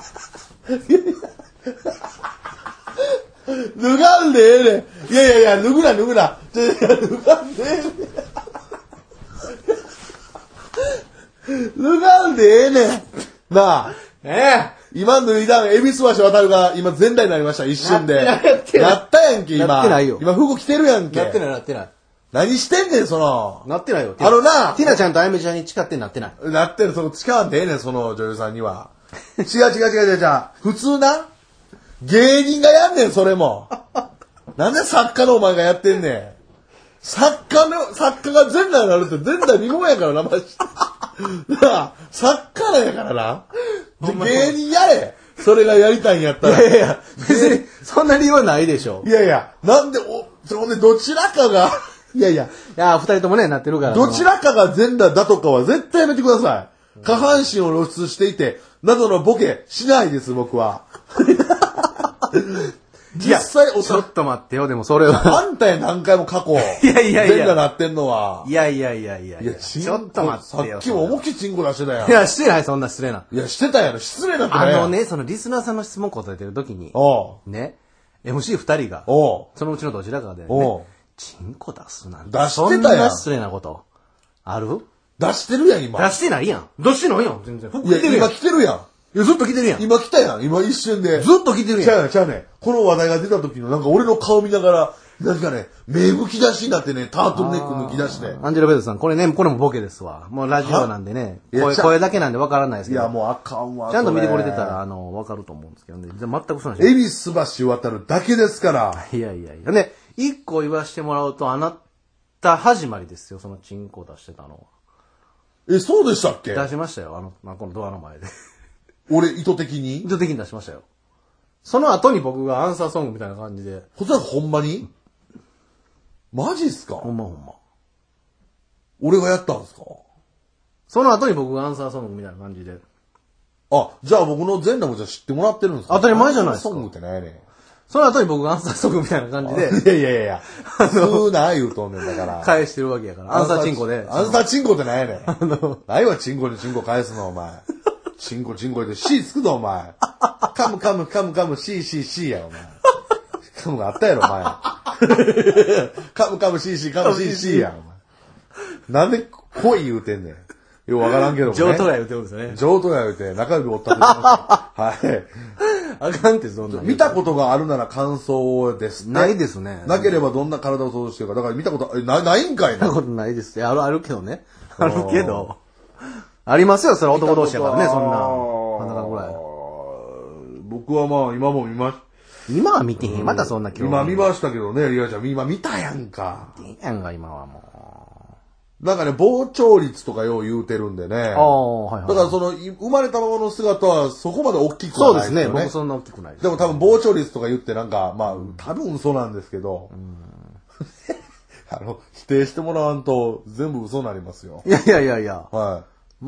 脱がんでええねん。いやいやいや、脱ぐな脱ぐな。脱がんでええねん。脱がんでええねん。なあ。 ええ。 今脱いだん、恵比寿橋渡るが今全裸になりました、一瞬で。 やってない。 やったやんけ、今。 やってないよ。 今服着てるやんけ。 やってない、なってない。 何してんねん、その。 なってないよ。 あのな。 ティナちゃんとあやめちゃんに誓ってなってない。 なってる、その誓わんでええねん、その女優さんには。違う違う違う違う違う。普通な。芸人がやんねん、それも。なんで作家のお前がやってんねん。作家の、作家が全裸になるって全裸見もんやからな、マジで。なあ、作家なんやからな。芸人やれ。それがやりたいんやったら。 いやいや、別に、そんな理由はないでしょ。 いやいや、なんで、お、そんでどちらかが、いやいや。 いや、二人ともね、なってるから。 どちらかが全裸だとかは絶対やめてください。下半身を露出していて、などのボケしないです、僕は。実際おちょっと待ってよ、でもそれは。 あんたや何回も過去。 いやいやいや。 全裸なってんのは。 いやいやいやいやいや。 ちょっと待ってよ。さっきも思いっきりチンコ出してたやん。 いや、してない、そんな失礼な。 いや、してたやろ。失礼なってないあのね、そのリスナーさんの質問答えてるときに、ね、エムシー二 人が、そのうちのどちらかで、ね、チンコ出すなんて。 出してたやん。 そんな失礼なこと。ある？ 出してるやん、今。 出してないやん。出してないやん、全然。 いや、今来てるやん。 いや、ずっと来てるやん。 今来たやん。今一瞬で。 ずっと来てるやん。 ちゃうねん、ちゃうねん。この話題が出た時のなんか俺の顔見ながら、なんかね、目むき出しになってね、タートルネック抜き出して。 アンジェロベルトさん、これね、これもボケですわ。もうラジオなんでね、声、声だけなんで分からないですけど。 いや、もうあかんわ。 ちゃんと見てくれてたら、あの、分かると思うんですけどね。全くそうなんですよ。恵比寿橋渡るだけですから。 いやいやいや。で、一個言わしてもらうと、あなた始まりですよ、そのチンコ出してたのは。 え、そうでしたっけ？ 出しましたよ、あの、まあ、このドアの前で。 俺、意図的に意図的に出しましたよ。その後に僕がアンサーソングみたいな感じで。 ほんとはほんまにマジっすか？ ほんまほんま。 俺がやったんですか？ その後に僕がアンサーソングみたいな感じで。 あ、じゃあ僕の全裸もじゃあ知ってもらってるんですか？ 当たり前じゃないですか。 アンサーソングって何やねん。 その後に僕がアンサーソングみたいな感じで。 いやいやいや、普通な言うとんねんだから。 返してるわけやから。アンサーチンコで。 アンサーチンコって何やねん。あの、何はチンコにチンコ返すのお前。チンコチンコで C つくぞお前。カムカムカムカム C C C やお前。カムがあったやろお前。カムカム C C カム C C やお前。なんで恋言うてんねん。ようわからんけどもね。 上等や言うてるんですよね。 上等や言うて中指折ったって言ってました。はい。 あかんってそんな。 見たことがあるなら感想ですね。 ないですね。 なければどんな体を想像してるか。だから見たこと、え、な、ないんかいな。 見たことないですよ。ある、あるけどね。あるけど。ありますよ、それ男同士やからね、そんな。裸ぐらい。 僕はまあ今も見まし今は見てへん。またそんな興味。 今見ましたけどね、リアちゃん。今見たやんか。 見てんやんか、今はもう。 なんかね、膨張率とかよう言うてるんでね。 ああ、はいはい。 だからその、生まれたままの姿はそこまで大きくはないですよね。 そうですね、僕そんな大きくないです。 でも多分膨張率とか言ってなんか、まあ、多分嘘なんですけど。あの、否定してもらわんと全部嘘になりますよ。 いやいやいやいや。 はい。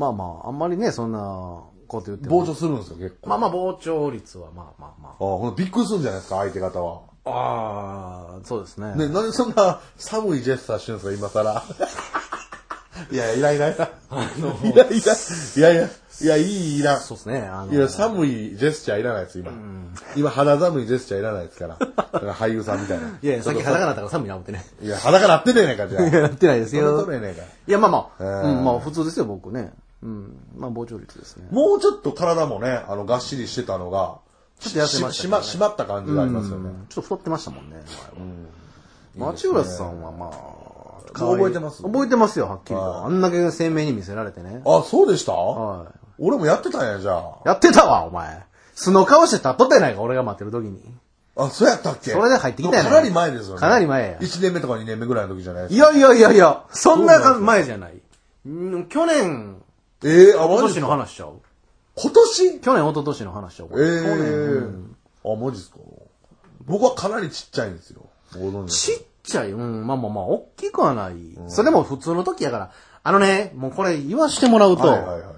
まあまあ、あんまりね、そんなこと言って膨張するんですよ、結構。 まあまあ、膨張率はまあまあまあ。 ああ、ほんとびっくりするんじゃないですか、相手方は。 ああ、そうですね。 ね、なんでそんな寒いジェスチャーしてるんですか、今更。いや、いらいらいら。いらいら。いやいや、いや、いい、いら。 そうですね。あのいや、寒いジェスチャーいらないです、今。今、肌寒いジェスチャーいらないですから。だから俳優さんみたいな。 いやいや、さっき裸なったから寒いな思ってね。 いや、裸なってねえねえか、じゃあ。 いや、なってないですよ。 それそれねえか。 いや、まあまあ、 えーうん、まあ普通ですよ、僕ね。うん。まあ、膨張率ですね。 もうちょっと体もね、あの、がっしりしてたのが、 ちょっと痩せましたね。 しま、締まった感じがありますよね。 ちょっと太ってましたもんね。町浦さんはまあ、 覚えてます覚えてますよ、はっきりと。あんだけ鮮明に見せられてね。 あ、そうでしたはい。 俺もやってたんや、じゃあ。 やってたわ、お前。素の顔して立っとったやないか、俺が待ってる時に。 あ、そうやったっけ？ それで入ってきたやないかなり前ですよね。 かなり前や。 いちねんめとかにねんめぐらいの時じゃないですか。いやいやいやいや、そんな前じゃない。去年、 ええ、あ、 今年の話しちゃう。 今年？ 去年、一昨年の話しちゃう。 ええ。あ、マジっすか？僕はかなりちっちゃいんですよ。 ちっちゃい、うん、まあまあまあ、大きくはない。それも普通の時やから。あのね、もうこれ言わしてもらうと、はいはいはい、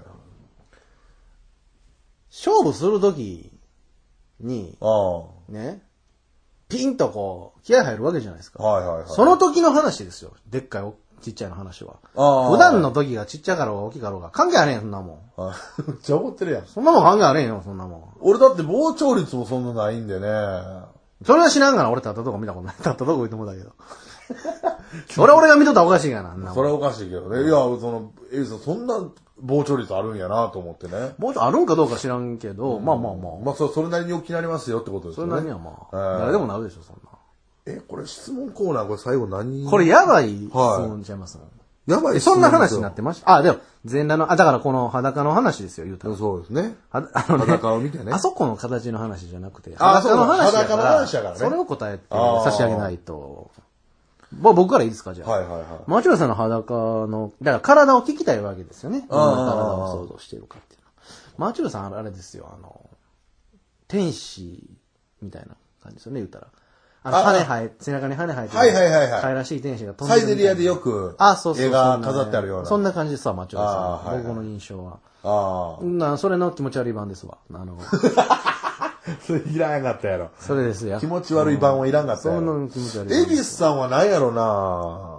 勝負する時に、ね、ピンとこう、気合入るわけじゃないですか。はいはいはい、その時の話ですよ。でっかい、ちっちゃいの話は。普段の時がちっちゃかろうが大きかろうが、関係あれへん、そんなもん。 めっちゃ怒ってるやん。 そんなもん関係あれへんよ、そんなもん。 俺だって膨張率もそんなないんでね。 それは知らんがな、俺立ったとこ見たことない。立ったとこ言ってもだけど。それ俺が見とったらおかしいがな、あんな。 それはおかしいけどね。いや、その、エイさん、そんな膨張率あるんやなと思ってね。 膨張あるんかどうか知らんけど、うん、まあまあまあ。 まあそ、それなりに大きくなりますよってことですよね。 それなりにはまあ、えー、誰でもなるでしょ、そんな。 え、これ質問コーナー、これ最後何？ これやばい質問ちゃいますもん。はい、やばい質問。そんな話になってました。あ、でも、全裸の、あ、だからこの裸の話ですよ、言うたら。 そうですね。 はあのね裸を見てね。 あそこの形の話じゃなくて、 あ、裸の話やから。 裸の話やからね。 それを答えて差し上げないと。僕からいいですか、じゃあ。 はいはいはい。 町浦さんの裸の、だから体を聞きたいわけですよね。どんな体を想像しているかっていうの。町浦さんあれですよ、あの、天使みたいな感じですよね、言ったら。あの、羽生え、背中に羽生えてる。 はいはいはいはい。 可愛らしい天使が飛んでる。 サイゼリアでよく、 あ、そうそう。 絵が飾ってあるような。 そんな感じですわ、町浦さん。僕の印象は。 ああ。 な、それの気持ち悪い版ですわ。あの、 それいらんかったやろ。 それですよ。 気持ち悪い版はいらんかったやろ。 そんな気持ち悪い。 エビスさんは何やろな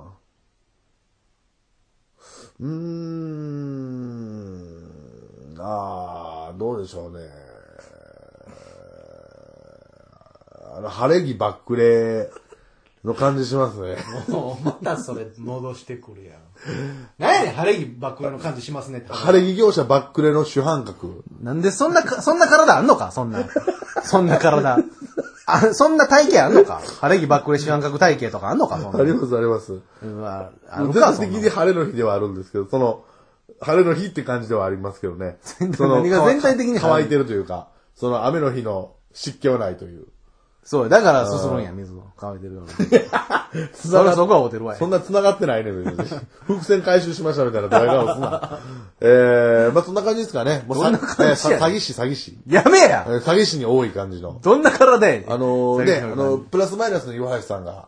うーん。ああ、どうでしょうね。あの、晴れ着バックレの感じしますね。 もう、またそれ戻してくるやん。何やねん、晴れ着バックレの感じしますねって。 晴れ着業者バックレの主犯格。 なんでそんな、そんな体あんのかそんな。そんな体。あ、そんな体型あんのか晴れ着バックレ主犯格体型とかあんのかそんな。 ありますあります。 うわ、あるか全体的に晴れの日ではあるんですけど、その、晴れの日って感じではありますけどね。 その何が全体的に乾いてるというか、その雨の日の湿気はないという。 そう、だからすするんや、水を。乾いてるような。それそこはおてるわよ。 そんな繋がってないね、別に。伏線回収しましたみたいなドヤ顔すな。えー、まあ、そんな感じですかね。 もうどんな感じや、 えー、詐欺師、詐欺師。 やめや、 えー、詐欺師に多い感じの。 どんな体やねん。 あのー、ね、あの、プラスマイナスの岩橋さんが、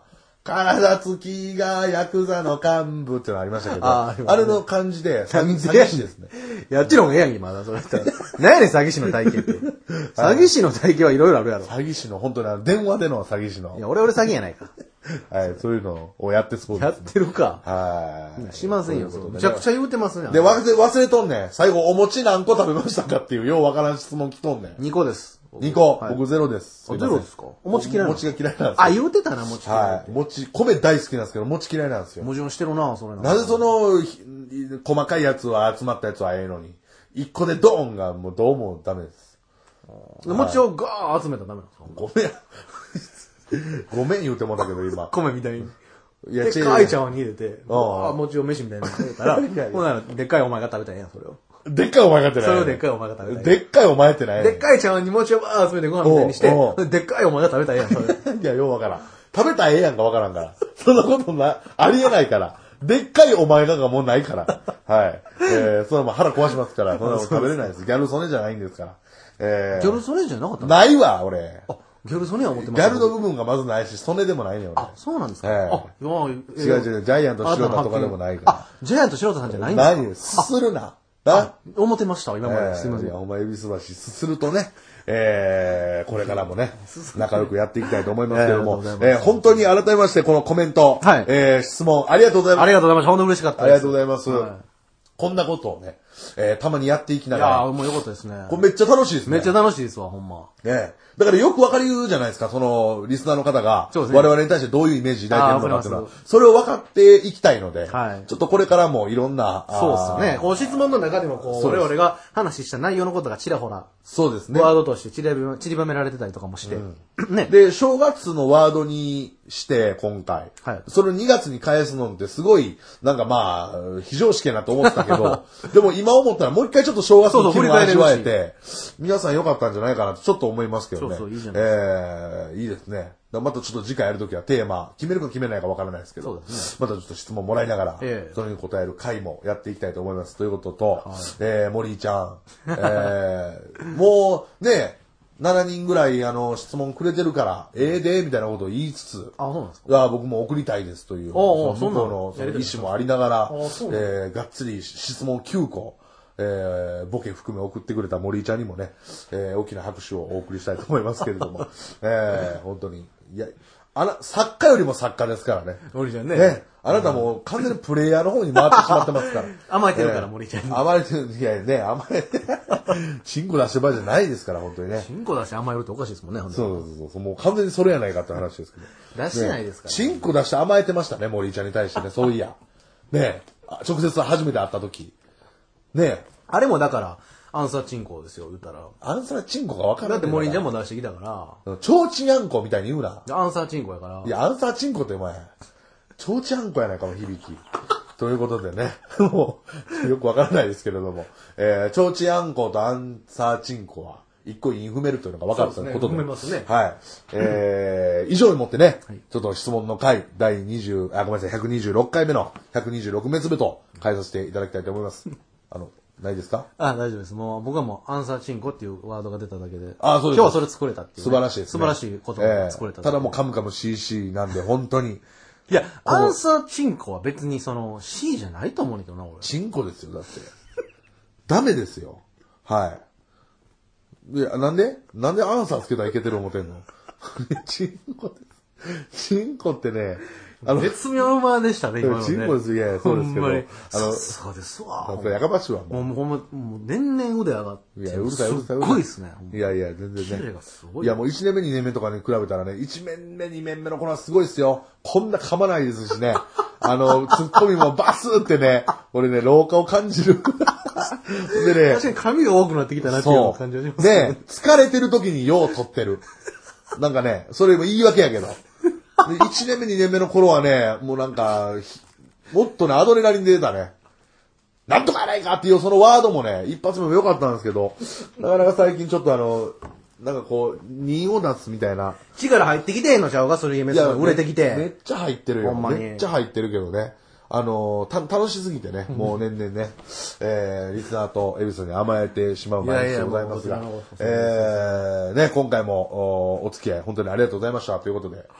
体つきがヤクザの幹部ってのありましたけど、あ, あ, ね、あれの感じで、詐欺師ですね。 やっちろんええやんけ、まだ、それ言ったら。何やねん、詐欺師の体型って。詐欺師の体型はいろいろあるやろ。 詐欺師の、本当に電話での詐欺師の。 いや、俺俺詐欺やないか。 はい、そういうのをやってそうです、 ね。やってるか。 はい。 しませんよ、めちゃくちゃ言うてますね。 で、忘れ、忘れとんねん。最後、お餅何個食べましたかっていう、ようわからん質問来とんねん。 にこです。 にこ、はい、僕ゼロです。 ゼロですか？お餅嫌いなんです。餅が嫌いなんです。 あ、言うてたな、餅嫌い。 はい。餅、米大好きなんですけど、餅嫌いなんですよ。 矛盾してるな、それな。 なぜその、細かいやつは集まったやつはええのに、一個でドーンがもうどうもダメです。 餅をガー集めたらダメなんですか？ ごめん。ごめん言うてもんだけど、今。 米みたいに。 いや、 でっかい茶碗に入れて、ああ、餅を飯みたいに入れたら、ほなら、でっかいお前が食べたらええやん、それを。 でっかいお前がってない。 それをでっかいお前が食べたらでっかいお前ってない。 でっかい茶碗に餅をバー集めてご飯みたいにして、でっかいお前が食べたらええやん、それ。 いや、ようわからん。食べたらええやんかわからんから。そんなことな、ありえないから。でっかいお前ががもうないから。はい。えー、それはもう腹壊しますから、そんなの食べれないです。ギャル曽根じゃないんですから。えー、ギャル曽根じゃなかったないわ、俺。 あ、ギャル曽根は思ってます。 ギャルの部分がまずないし、曽根でもないねん、俺。 あ、そうなんですか。 えー、 あ、 違う違う、ジャイアント白田とかでもないから。 あ、ジャイアント白田さんじゃないんですか。 ないです。すするな。 あ、思ってました、今まで。 えー、 すいません。 いや、お前、恵比寿橋すするとね、えー、これからもね、仲良くやっていきたいと思いますけども、えー、えー、本当に改めましてこのコメント、はい、えー、質問ありがとうございます。 ありがとうございます。本当に嬉しかったです。 ありがとうございます。はい、こんなことをね、えー、たまにやっていきながら。 いやー、もうよかったですね。 これめっちゃ楽しいですね。 めっちゃ楽しいですわ、ほんま。 ねだからよくわかるじゃないですか、その、リスナーの方が、ね、我々に対してどういうイメージ抱いてるのかっていうのは、それを分かっていきたいので、はい、ちょっとこれからもいろんな、 そうですよね。こう質問の中でも、こう、我々が話した内容のことがちらほら、 そうですね。 ワードとして散り散りばめられてたりとかもして。 うん、ね。で、正月のワードにして、今回、はい、それをにがつに返すのってすごい、なんかまあ、非常識やなと思ってたけど、でも今思ったらもう一回ちょっと正月の気分を味わえて、皆さん良かったんじゃないかなとちょっと思いますけどね。 そうそう、いいじゃないですか。 えー、いいですね。またちょっと次回やるときはテーマ、決めるか決めないかわからないですけど、そうですね、またちょっと質問もらいながら、えー、それに答える回もやっていきたいと思います。ということと、はい、えー、森井ちゃん、えー、もうね、しちにんぐらいあの質問くれてるから、ええで、みたいなことを言いつつ、 あ、そうなんですか？ 僕も送りたいですという、 おうおう向こうのその意思もありながら、えー、がっつり質問きゅうこ、えー、ボケ含め送ってくれた森井ちゃんにもね、えー、大きな拍手をお送りしたいと思いますけれども、えー、本当に、いや、あら、作家よりも作家ですからね。 森ちゃんね。 ね。あなたもう完全にプレイヤーの方に回ってしまってますから。 甘えてるから、森ちゃんに。 甘えてる、いやね、甘えて、チンコ出してる場合じゃないですから、本当にね。 チンコ出して甘えるっておかしいですもんね、本当に。そうそうそう。もう完全にそれやないかって話ですけど。出してないですから、 ね。チンコ出して甘えてましたね、森ちゃんに対してね。そういや。ね直接初めて会った時。ねあれもだから、アンサーチンコですよ、言ったら。 アンサーチンコが分からない。 だって森ちゃんも出してきたから。 ちょうちんあんこみたいに言うな。 アンサーチンコやから。 いや、アンサーチンコってお前、ちょうちんあんこやないかも、響き。ということでね、もう、よく分からないですけれども、えー、ちょうちんあんことアンサーチンコは、一個イン踏めるというのが分かったことで。 踏めますね。 はい。えー、以上にもってね、はい、ちょっと質問の回、だいにじゅう、あ、ごめんなさい、ひゃくにじゅうろっかいめのひゃくにじゅうろくめつめと変えさせていただきたいと思います。あの、ないですか？ あ、大丈夫です。もう僕はもうアンサーチンコっていうワードが出ただけで。 あ、そうです。 今日はそれ作れたっていう、ね。 素晴らしいです、ね。 素晴らしい言葉が作れた、 えー。ただもうカムカム シーシー なんで、本当に。 いや、アンサーチンコは別にその C じゃないと思うんだけどな、俺。 チンコですよ、だって。ダメですよ。はい。いや、なんでなんでアンサーつけたらいけてる思ってんのチンコって、チンコってね、 あの、絶妙馬でしたね、今のね。 チンコです、いや、そうですけど。 あの、そうですわ。 やかましいわ、 もう。もう、ほんま、もう、年々腕上がって。 いや、うるさい、うるさい。 すごいっすね。 いやいや、全然ね。 キレがすごい。 いや、もういちねんめ、にねんめとかに比べたらね、いちねんめ、にねんめの頃はすごいっすよ。こんな噛まないですしね。あの、ツッコミもバスってね、俺ね、老化を感じる。 でね。確かに髪が多くなってきたなっていう感じがしますね。ね、疲れてる時によう取ってる。なんかね、それも言い訳やけど。いちねんめ、にねんめの頃はね、もうなんか、もっとね、アドレナリンで出たね。なんとかやないかっていうそのワードもね、一発目も良かったんですけど、なかなか最近ちょっとあの、なんかこう、にを出すみたいな。 力入ってきてんのちゃうかそれ夢さん売れてきて。 めっちゃ入ってるよ。 ほんまに。 めっちゃ入ってるけどね。あのた、楽しすぎてね、もう年々ね、えー、リスナーとエビスに甘えてしまう毎日でございますが、えー、ね、今回もお、お付き合い本当にありがとうございましたということで、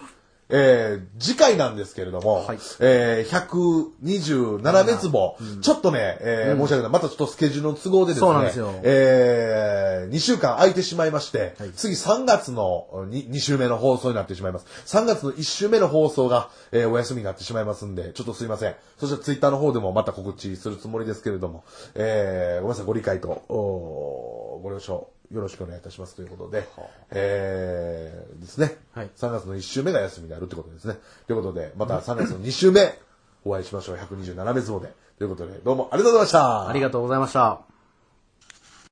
えー、次回なんですけれども、はい、えー、ひゃくにじゅうなな滅亡、うん、ちょっとね、えーうん、申し訳ない。またちょっとスケジュールの都合でですね、そうなんですよ。えー、にしゅうかん空いてしまいまして、はい、次さんがつの 2, に週目の放送になってしまいます。さんがつのいち週目の放送が、えー、お休みになってしまいますんで、ちょっとすいません。そしてツイッターの方でもまた告知するつもりですけれども、えー、ごめんなさい、ご理解と、ご了承。よろしくお願いいたしますということで、はあ、えー、ですね、はい。さんがつのいち週目が休みになるということですね。ということで、またさんがつのに週目、お会いしましょう。ひゃくにじゅうなな滅亡で。ということで、どうもありがとうございました。 ありがとうございました。